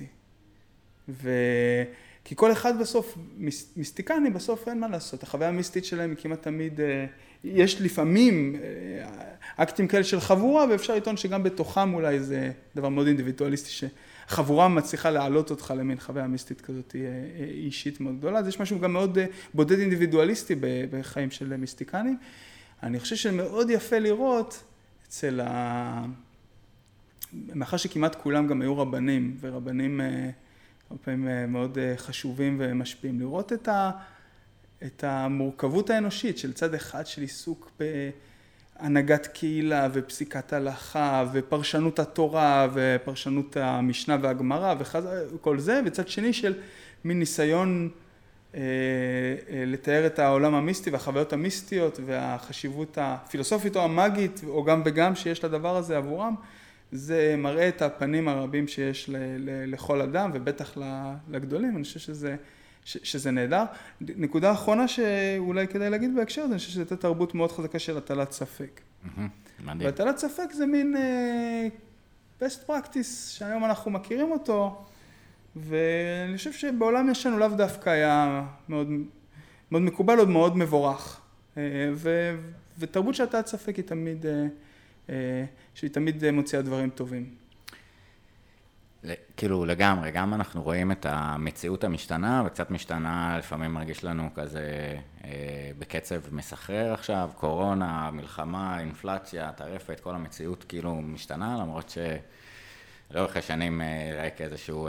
כי כל אחד בסוף, מיסטיקני בסוף אין מה לעשות, החוויה המיסטית שלהם היא כמעט תמיד, יש לפעמים, אקטים כאלה של חבורה, ואפשר לטעון שגם בתוכם אולי זה דבר מאוד אינדיבידואליסטי, שחבורה מצליחה להעלות אותך למין חוויה מיסטית כזאת אישית מאוד גדולה, אז יש משהו גם מאוד בודד אינדיבידואליסטי בחיים של מיסטיקנים. אני חושב שמאוד יפה לראות אצל מאחר שכמעט כולם גם היו רבנים, ורבנים הרבה פעמים מאוד חשובים ומשפיעים, לראות את המורכבות האנושית של צד אחד של עיסוק בהנהגת קהילה ופסיקת הלכה ופרשנות התורה ופרשנות המשנה והגמרא וכל זה, וצד שני של מין ניסיון לתאר את העולם המיסטי והחוויות המיסטיות והחשיבות הפילוסופית או המאגית או גם וגם שיש לדבר הזה עבורם. זה מראה את הפנים הרבים שיש לכל אדם ובטח לגדולים, אני חושב שזה נהדר. נקודה אחרונה שאולי כדאי להגיד בהקשר, אני חושב שזו תרבות מאוד חזקה של הטלת ספק. מדהים. והטלת ספק זה מין best practice שהיום אנחנו מכירים אותו, ואני חושב שבעולם ישנו לאו דווקא היה מאוד, מאוד מקובל, עוד מאוד מבורך. ותרבות של הטלת ספק שהיא תמיד מוציאה דברים טובים. כאילו לגמרי, גם אנחנו רואים את המציאות המשתנה, וקצת משתנה, לפעמים מרגיש לנו כזה בקצב מסחרר עכשיו, קורונה, מלחמה, אינפלציה, טרפת, כל המציאות כאילו משתנה, למרות שלאורך השנים ראה כאיזשהו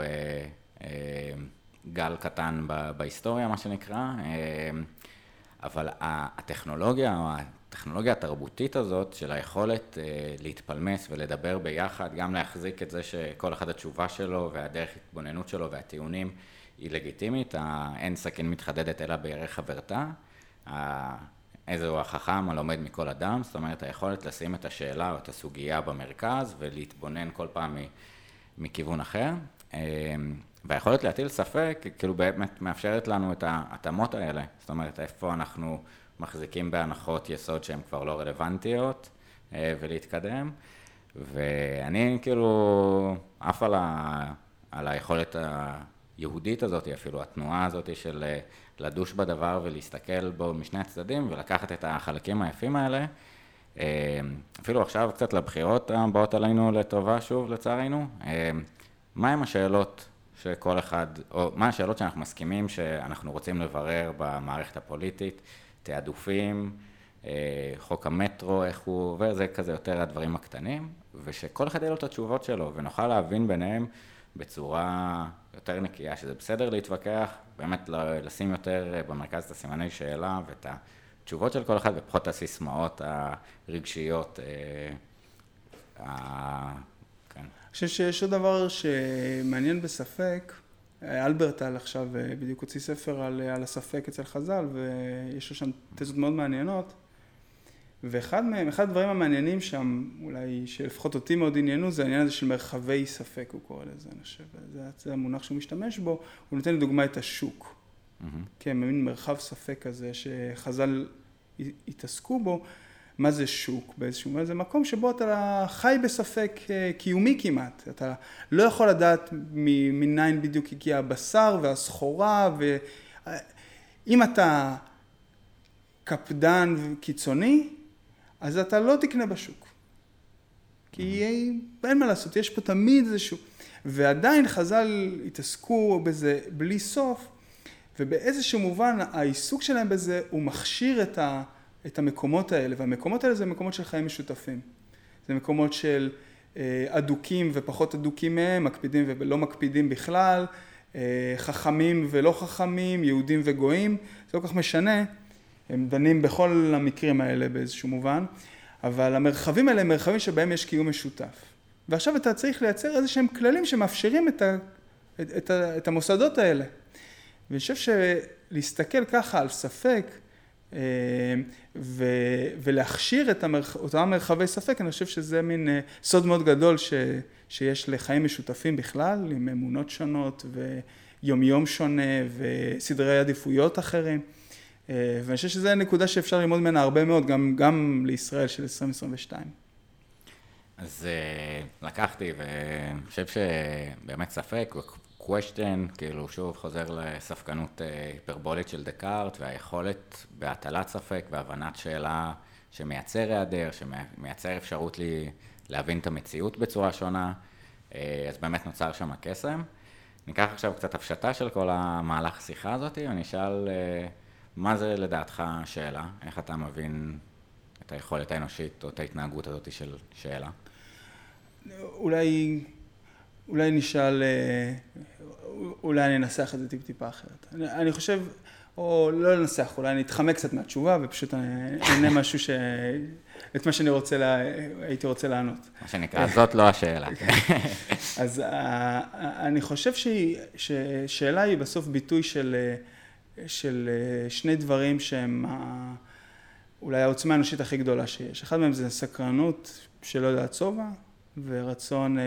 גל קטן בהיסטוריה, מה שנקרא, אבל הטכנולוגיה התרבותית הזאת של היכולת להתפלמס ולדבר ביחד, גם להחזיק את זה שכל אחד התשובה שלו והדרך התבוננות שלו והטיעונים היא לגיטימית, אין סכין מתחדדת אלא בערך חברתה, איזהו החכם הלומד מכל אדם, זאת אומרת היכולת לשים את השאלה או את הסוגיה במרכז ולהתבונן כל פעם מכיוון אחר, והיכולת להטיל ספק כאילו באמת מאפשרת לנו את ההתאמות האלה, זאת אומרת איפה אנחנו מחזיקים בהנחות יסוד שהן כבר לא רלוונטיות ולהתקדם, ואני כאילו עף על היכולת היהודית הזאת, אפילו התנועה הזאת של לדוש בדבר ולהסתכל בו משני הצדדים ולקחת את החלקים היפים האלה, אפילו עכשיו קצת לבחירות הבאות עלינו לטובה שוב לצערנו, מה הם השאלות שכל אחד, או מה השאלות שאנחנו מסכימים שאנחנו רוצים לברר במערכת הפוליטית, תעדופים, חוק המטרו, איך הוא עובר, זה כזה יותר הדברים הקטנים, ושכל אחד יהיה לו את התשובות שלו, ונוכל להבין ביניהם בצורה יותר נקייה, שזה בסדר להתווכח, באמת לשים יותר במרכז את הסימני שאלה, ואת התשובות של כל אחד, ופחות את הסיסמאות הרגשיות. אני חושב שיש עוד דבר שמעניין בספק, אלברטל עכשיו בדיוק הוציא ספר על הספק אצל חז"ל, ויש לו שם תזות מאוד מעניינות, ואחד הדברים המעניינים שם, אולי שלפחות אותי מאוד עניינו, זה העניין הזה של מרחבי ספק, הוא קורא לזה, אני חושב, זה המונח שהוא משתמש בו, הוא נותן לדוגמה את השוק, כמין מרחב ספק כזה שחז"ל התעסקו בו, מה זה שוק באיזשהו, זה מקום שבו אתה חי בספק קיומי כמעט, אתה לא יכול לדעת מניין בדיוק הגיע הבשר והסחורה, ואם אתה קפדן וקיצוני, אז אתה לא תקנה בשוק, כי אין מה לעשות, יש פה תמיד איזשהו, ועדיין חז"ל התעסקו בזה בלי סוף, ובאיזשהו מובן העיסוק שלהם בזה הוא מכשיר את המקומות האלה, והמקומות האלה זה מקומות של חיים משותפים. זה מקומות של אדוקים ופחות אדוקים מהם, מקפידים ולא מקפידים בכלל, חכמים ולא חכמים, יהודים וגויים, זה לא כך משנה, הם דנים בכל המקרים האלה באיזשהו מובן, אבל המרחבים האלה הם מרחבים שבהם יש קיום משותף. ועכשיו אתה צריך לייצר איזה שהם כללים שמאפשרים את המוסדות האלה. ואני חושב שלהסתכל ככה על ספק, ולהכשיר את אותם מרחבי ספק, אני חושב שזה מין סוד מאוד גדול שיש לחיים משותפים בכלל, עם אמונות שונות ויומיום שונה וסדרי עדיפויות אחרים. ואני חושב שזה נקודה שאפשר ללמוד ממנה הרבה מאוד, גם לישראל של 2022. אז לקחתי ואני חושב שבאמת ספק, question, כאילו שוב חוזר לספקנות היפרבולית של דקארט, והיכולת בהטלת ספק והבנת שאלה שמייצר היעדר, שמייצר אפשרות לי להבין את המציאות בצורה שונה, אז באמת נוצר שם הקסם. ניקח עכשיו קצת הפשטה של כל המהלך השיחה הזאת, ואני אשאל מה זה לדעתך שאלה, איך אתה מבין את היכולת האנושית או את ההתנהגות הזאת של שאלה? אולי נשאל, אולי אני אנסח את זה טיפה אחרת. אני חושב, או לא לנסח, אולי אני אתחמק קצת מהתשובה ופשוט אענה משהו את מה שאני הייתי רוצה לענות. מה שנקרא, זאת לא השאלה. אז אני חושב ששאלה היא בסוף ביטוי של שני דברים שהם אולי העוצמה האנושית הכי גדולה שיש. אחד מהם זה סקרנות שלא יודעת שובע, ורצון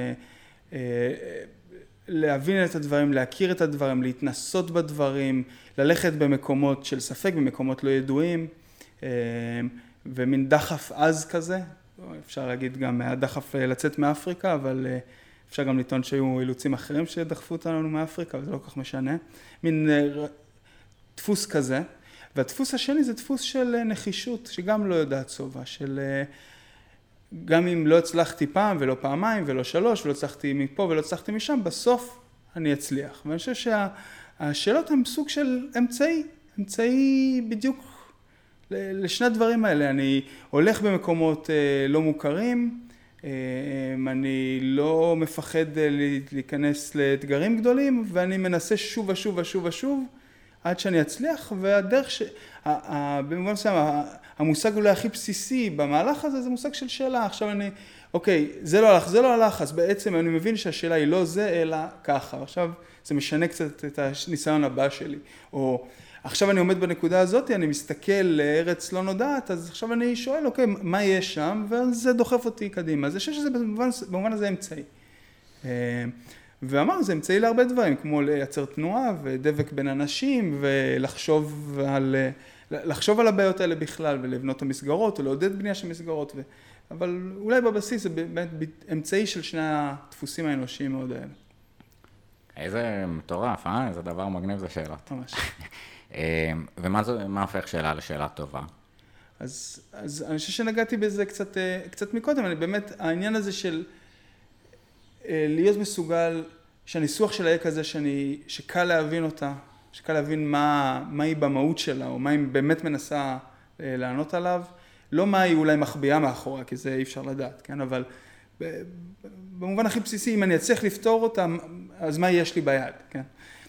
להבין את הדברים, להכיר את הדברים, להתנסות בדברים, ללכת במקומות של ספק, במקומות לא ידועים, ומין דחף עז כזה. אפשר להגיד גם הדחף לצאת מאפריקה, אבל אפשר גם לטעון שהיו אילוצים אחרים שדחפו אותנו מאפריקה, וזה לא כל כך משנה. מין דפוס כזה. והדפוס השני זה דפוס של נחישות, שגם לא יודעת שובע, של גם אם לא הצלחתי פעם ולא פעמיים ולא שלוש, ולא הצלחתי מפה ולא הצלחתי משם, בסוף אני אצליח. ואני חושב שהשאלות הן סוג של אמצעי בדיוק לשני הדברים האלה. אני הולך במקומות לא מוכרים, אני לא מפחד להיכנס לאתגרים גדולים, ואני מנסה שוב ושוב ושוב ושוב, עד שאני אצליח, והדרך במובן מסוים, המושג אולי הכי בסיסי במהלך הזה, זה מושג של שאלה. עכשיו אוקיי, זה לא הלך, אז בעצם אני מבין שהשאלה היא לא זה, אלא ככה. עכשיו זה משנה קצת את הניסיון הבא שלי. או עכשיו אני עומד בנקודה הזאת, אני מסתכל לארץ לא נודעת, אז עכשיו אני שואל, אוקיי, מה יש שם? וזה דוחף אותי קדימה. אז אני חושב שזה במובן הזה אמצעי. ואמר, זה אמצעי להרבה דברים, כמו לייצר תנועה ודבק בין אנשים, ולחשוב על הבעיות האלה בכלל, ולבנות את המסגרות, או לעודד בנייה של מסגרות. אבל אולי בבסיס זה באמת אמצעי של שני הדפוסים האנושיים מאוד האלה. איזה מטורף, איזה דבר מגניב זה שאלות. ממש. ומה הופך שאלה לשאלה טובה? אז אני חושב שנגעתי בזה קצת מקודם, אני באמת, העניין הזה של להיות מסוגל, שהניסוח שלה יהיה כזה שקל להבין אותה, שקל להבין מה היא במהות שלה, או מה היא באמת מנסה לענות עליו, לא מה היא אולי מחביאה מאחורה, כי זה אי אפשר לדעת, כן? אבל במובן הכי בסיסי, אם אני אצליח לפתור אותה, אז מה יש לי ביד, כן?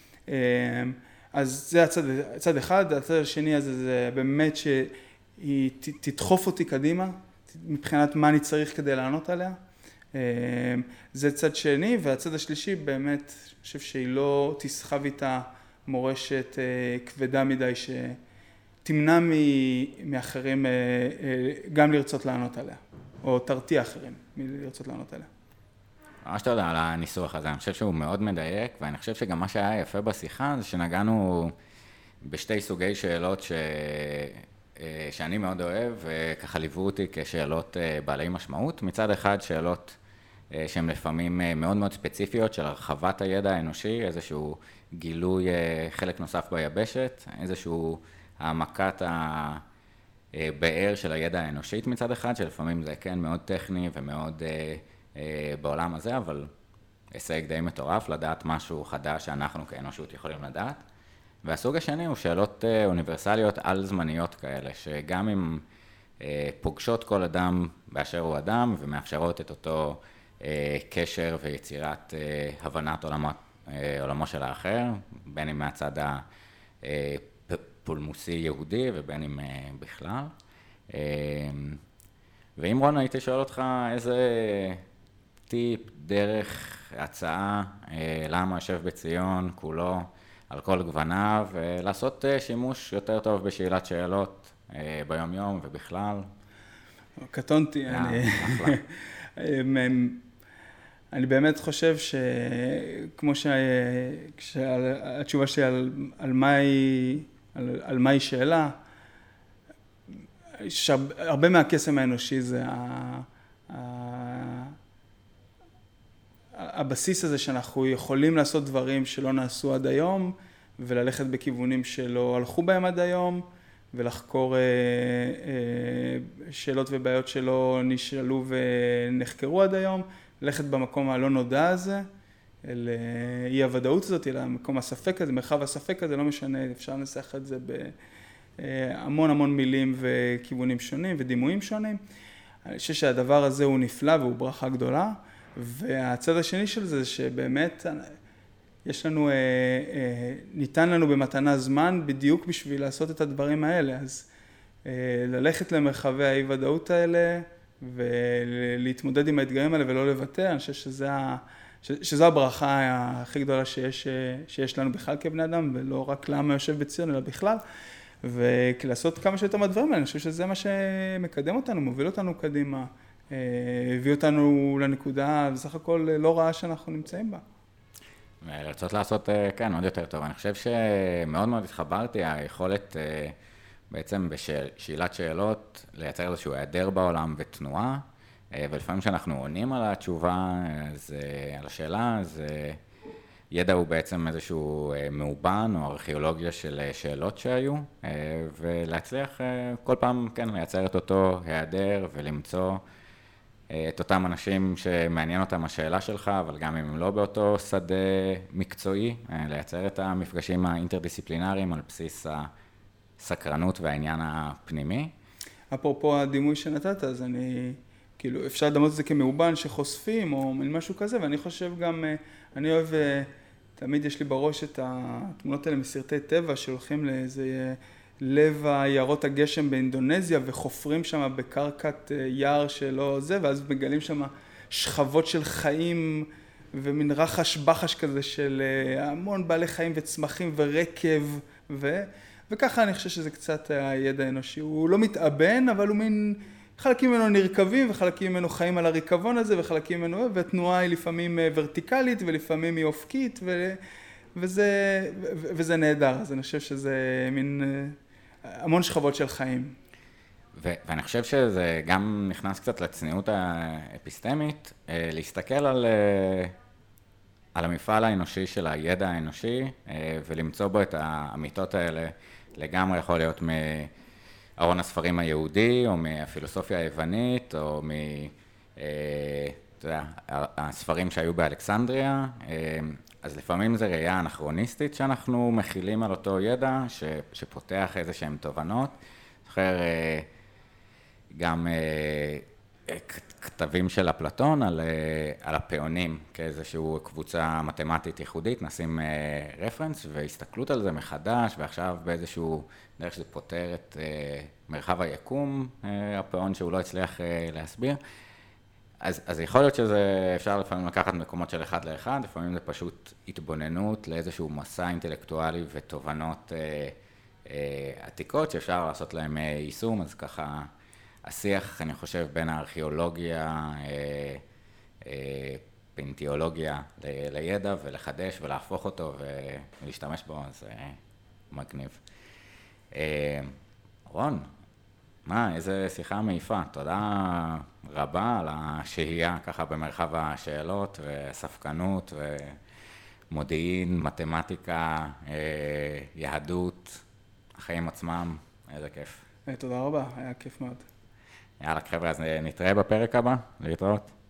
אז זה הצד אחד, הצד השני הזה זה באמת שהיא תדחוף אותי קדימה, מבחינת מה אני צריך כדי לענות עליה. זה צד שני, והצד השלישי באמת, אני חושב שהיא לא תסחב איתה מורשת כבדה מדי שתמנע מאחרים גם לרצות לענות עליה, או תרתיע אחרים מלרצות לענות עליה. מה שאתה יודע על הניסוח הזה, אני חושב שהוא מאוד מדייק, ואני חושב שגם מה שהיה יפה בשיחה זה שנגענו בשתי סוגי שאלות שאני מאוד אוהב, וככה ליוו אותי כשאלות בעלי משמעות. מצד אחד שאלות שהן לפעמים מאוד מאוד ספציפיות של הרחבת הידע האנושי, איזשהו גילוי חלק נוסף ביבשת, איזשהו העמקת הבאר של הידע האנושית מצד אחד, שלפעמים זה כן מאוד טכני ומאוד בעולם הזה, אבל הישג די מטורף לדעת משהו חדש שאנחנו כאנושות יכולים לדעת. והסוג השני הוא שאלות אוניברסליות על זמניות כאלה, שגם אם פוגשות כל אדם באשר הוא אדם ומאפשרות את אותו קשר ויצירת הבנת עולמו של האחר, בין אם מהצד הפולמוסי יהודי ובין אם בכלל. ואם רון, הייתי שואל אותך איזה טיפ, דרך, הצעה, למה יושב בציון כולו על כל גווניו, ולעשות שימוש יותר טוב בשאלת שאלות ביום יום ובכלל. קטונתי, אני באמת חושב שכמו שהתשובה שלי על מהי שאלה, הרבה מהקסם האנושי זה הבסיס הזה שאנחנו יכולים לעשות דברים שלא נעשו עד היום, וללכת בכיוונים שלא הלכו בהם עד היום, ולחקור שאלות ובעיות שלא נשאלו ונחקרו עד היום, ללכת במקום הלא נודע הזה, אל אי הוודאות הזאת, אל המקום הספק הזה, מרחב הספק הזה, לא משנה, אפשר לנסח את זה בהמון המון מילים וכיוונים שונים ודימויים שונים. אני חושב שהדבר הזה הוא נפלא והוא ברכה גדולה, והצד השני של זה שבאמת יש לנו, ניתן לנו במתנה זמן בדיוק בשביל לעשות את הדברים האלה, אז ללכת למרחבי האי ודאות האלה ולהתמודד עם האתגרים האלה ולא לוותר, אני חושב שזו הברכה הכי גדולה שיש לנו בכלל כבני אדם, ולא רק לעם היושב בציון אלא בכלל, ולעשות כמה שיותר מהדברים האלה, אני חושב שזה מה שמקדם אותנו, מוביל אותנו קדימה, הביא אותנו לנקודה בסך הכל לא רעה שאנחנו נמצאים בה. ורצות לעשות, כן, עוד יותר טוב. אני חושב שמאוד מאוד התחברתי, היכולת בעצם בשאלת שאלות, לייצר איזשהו היעדר בעולם ותנועה, ולפעמים כשאנחנו עונים על התשובה, על השאלה, אז ידע הוא בעצם איזשהו מאובן או ארכיאולוגיה של שאלות שהיו, ולהצליח כל פעם, כן, לייצר את אותו היעדר ולמצוא את אותם אנשים שמעניין אותם השאלה שלך, אבל גם אם הם לא באותו שדה מקצועי, לייצר את המפגשים האינטרדיסציפלינריים על בסיס הסקרנות והעניין הפנימי. אפרופו הדימוי שנתת, אז כאילו, אפשר לדמות את זה כמאובן שחושפים או משהו כזה, ואני חושב גם, אני אוהב, תמיד יש לי בראש את התמונות האלה מסרטי טבע שהולכים לאיזה לב היערות הגשם באינדונזיה וחופרים שם בקרקעת יער שלא זה, ואז מגלים שם שכבות של חיים ומין רחש בחש כזה של המון בעלי חיים וצמחים ורקב, וככה אני חושב שזה קצת הידע האנושי. הוא לא מתאבן, אבל הוא מין חלקים ממנו נרכבים וחלקים ממנו חיים על הריקבון הזה וחלקים ממנו, והתנועה היא לפעמים ורטיקלית ולפעמים היא אופקית, וזה נהדר. אז אני חושב שזה מין המון שכבות של חיים. ואני חושב שזה גם נכנס קצת לצניעות האפיסטמית, להסתכל על המפעל האנושי של הידע האנושי, ולמצוא בו את האמיתות האלה. לגמרי יכול להיות מארון הספרים היהודי, או מהפילוסופיה היוונית, או הספרים שהיו באלכסנדריה. אז לפעמים זה ראייה אנכרוניסטית שאנחנו מכילים על אותו ידע, שפותח איזה שהן תובנות. זוכר גם כתבים של אפלטון על הפעונים, כאיזושהי קבוצה מתמטית ייחודית, נשים רפרנס והסתכלות על זה מחדש, ועכשיו באיזשהו דרך שזה פותר את מרחב היקום, הפעון שהוא לא הצליח להסביר. אז יכול להיות שזה אפשר לפעמים לקחת מקומות של אחד לאחד, לפעמים זה פשוט התבוננות לאיזשהו מסע אינטלקטואלי ותובנות עתיקות שאפשר לעשות להם יישום, אז ככה השיח, אני חושב, בין הארכיאולוגיה, פינתיאולוגיה לידע ולחדש ולהפוך אותו ולהשתמש בו, אז מגניב. רון, איזה שיחה מעיפה, תודה רבה על השהייה ככה במרחב השאלות וספקנות ומודיעין, מתמטיקה, יהדות, החיים עצמם, איזה כיף. תודה רבה, היה כיף מאוד. יאללה חבר'ה, אז נתראה בפרק הבא, להתראות.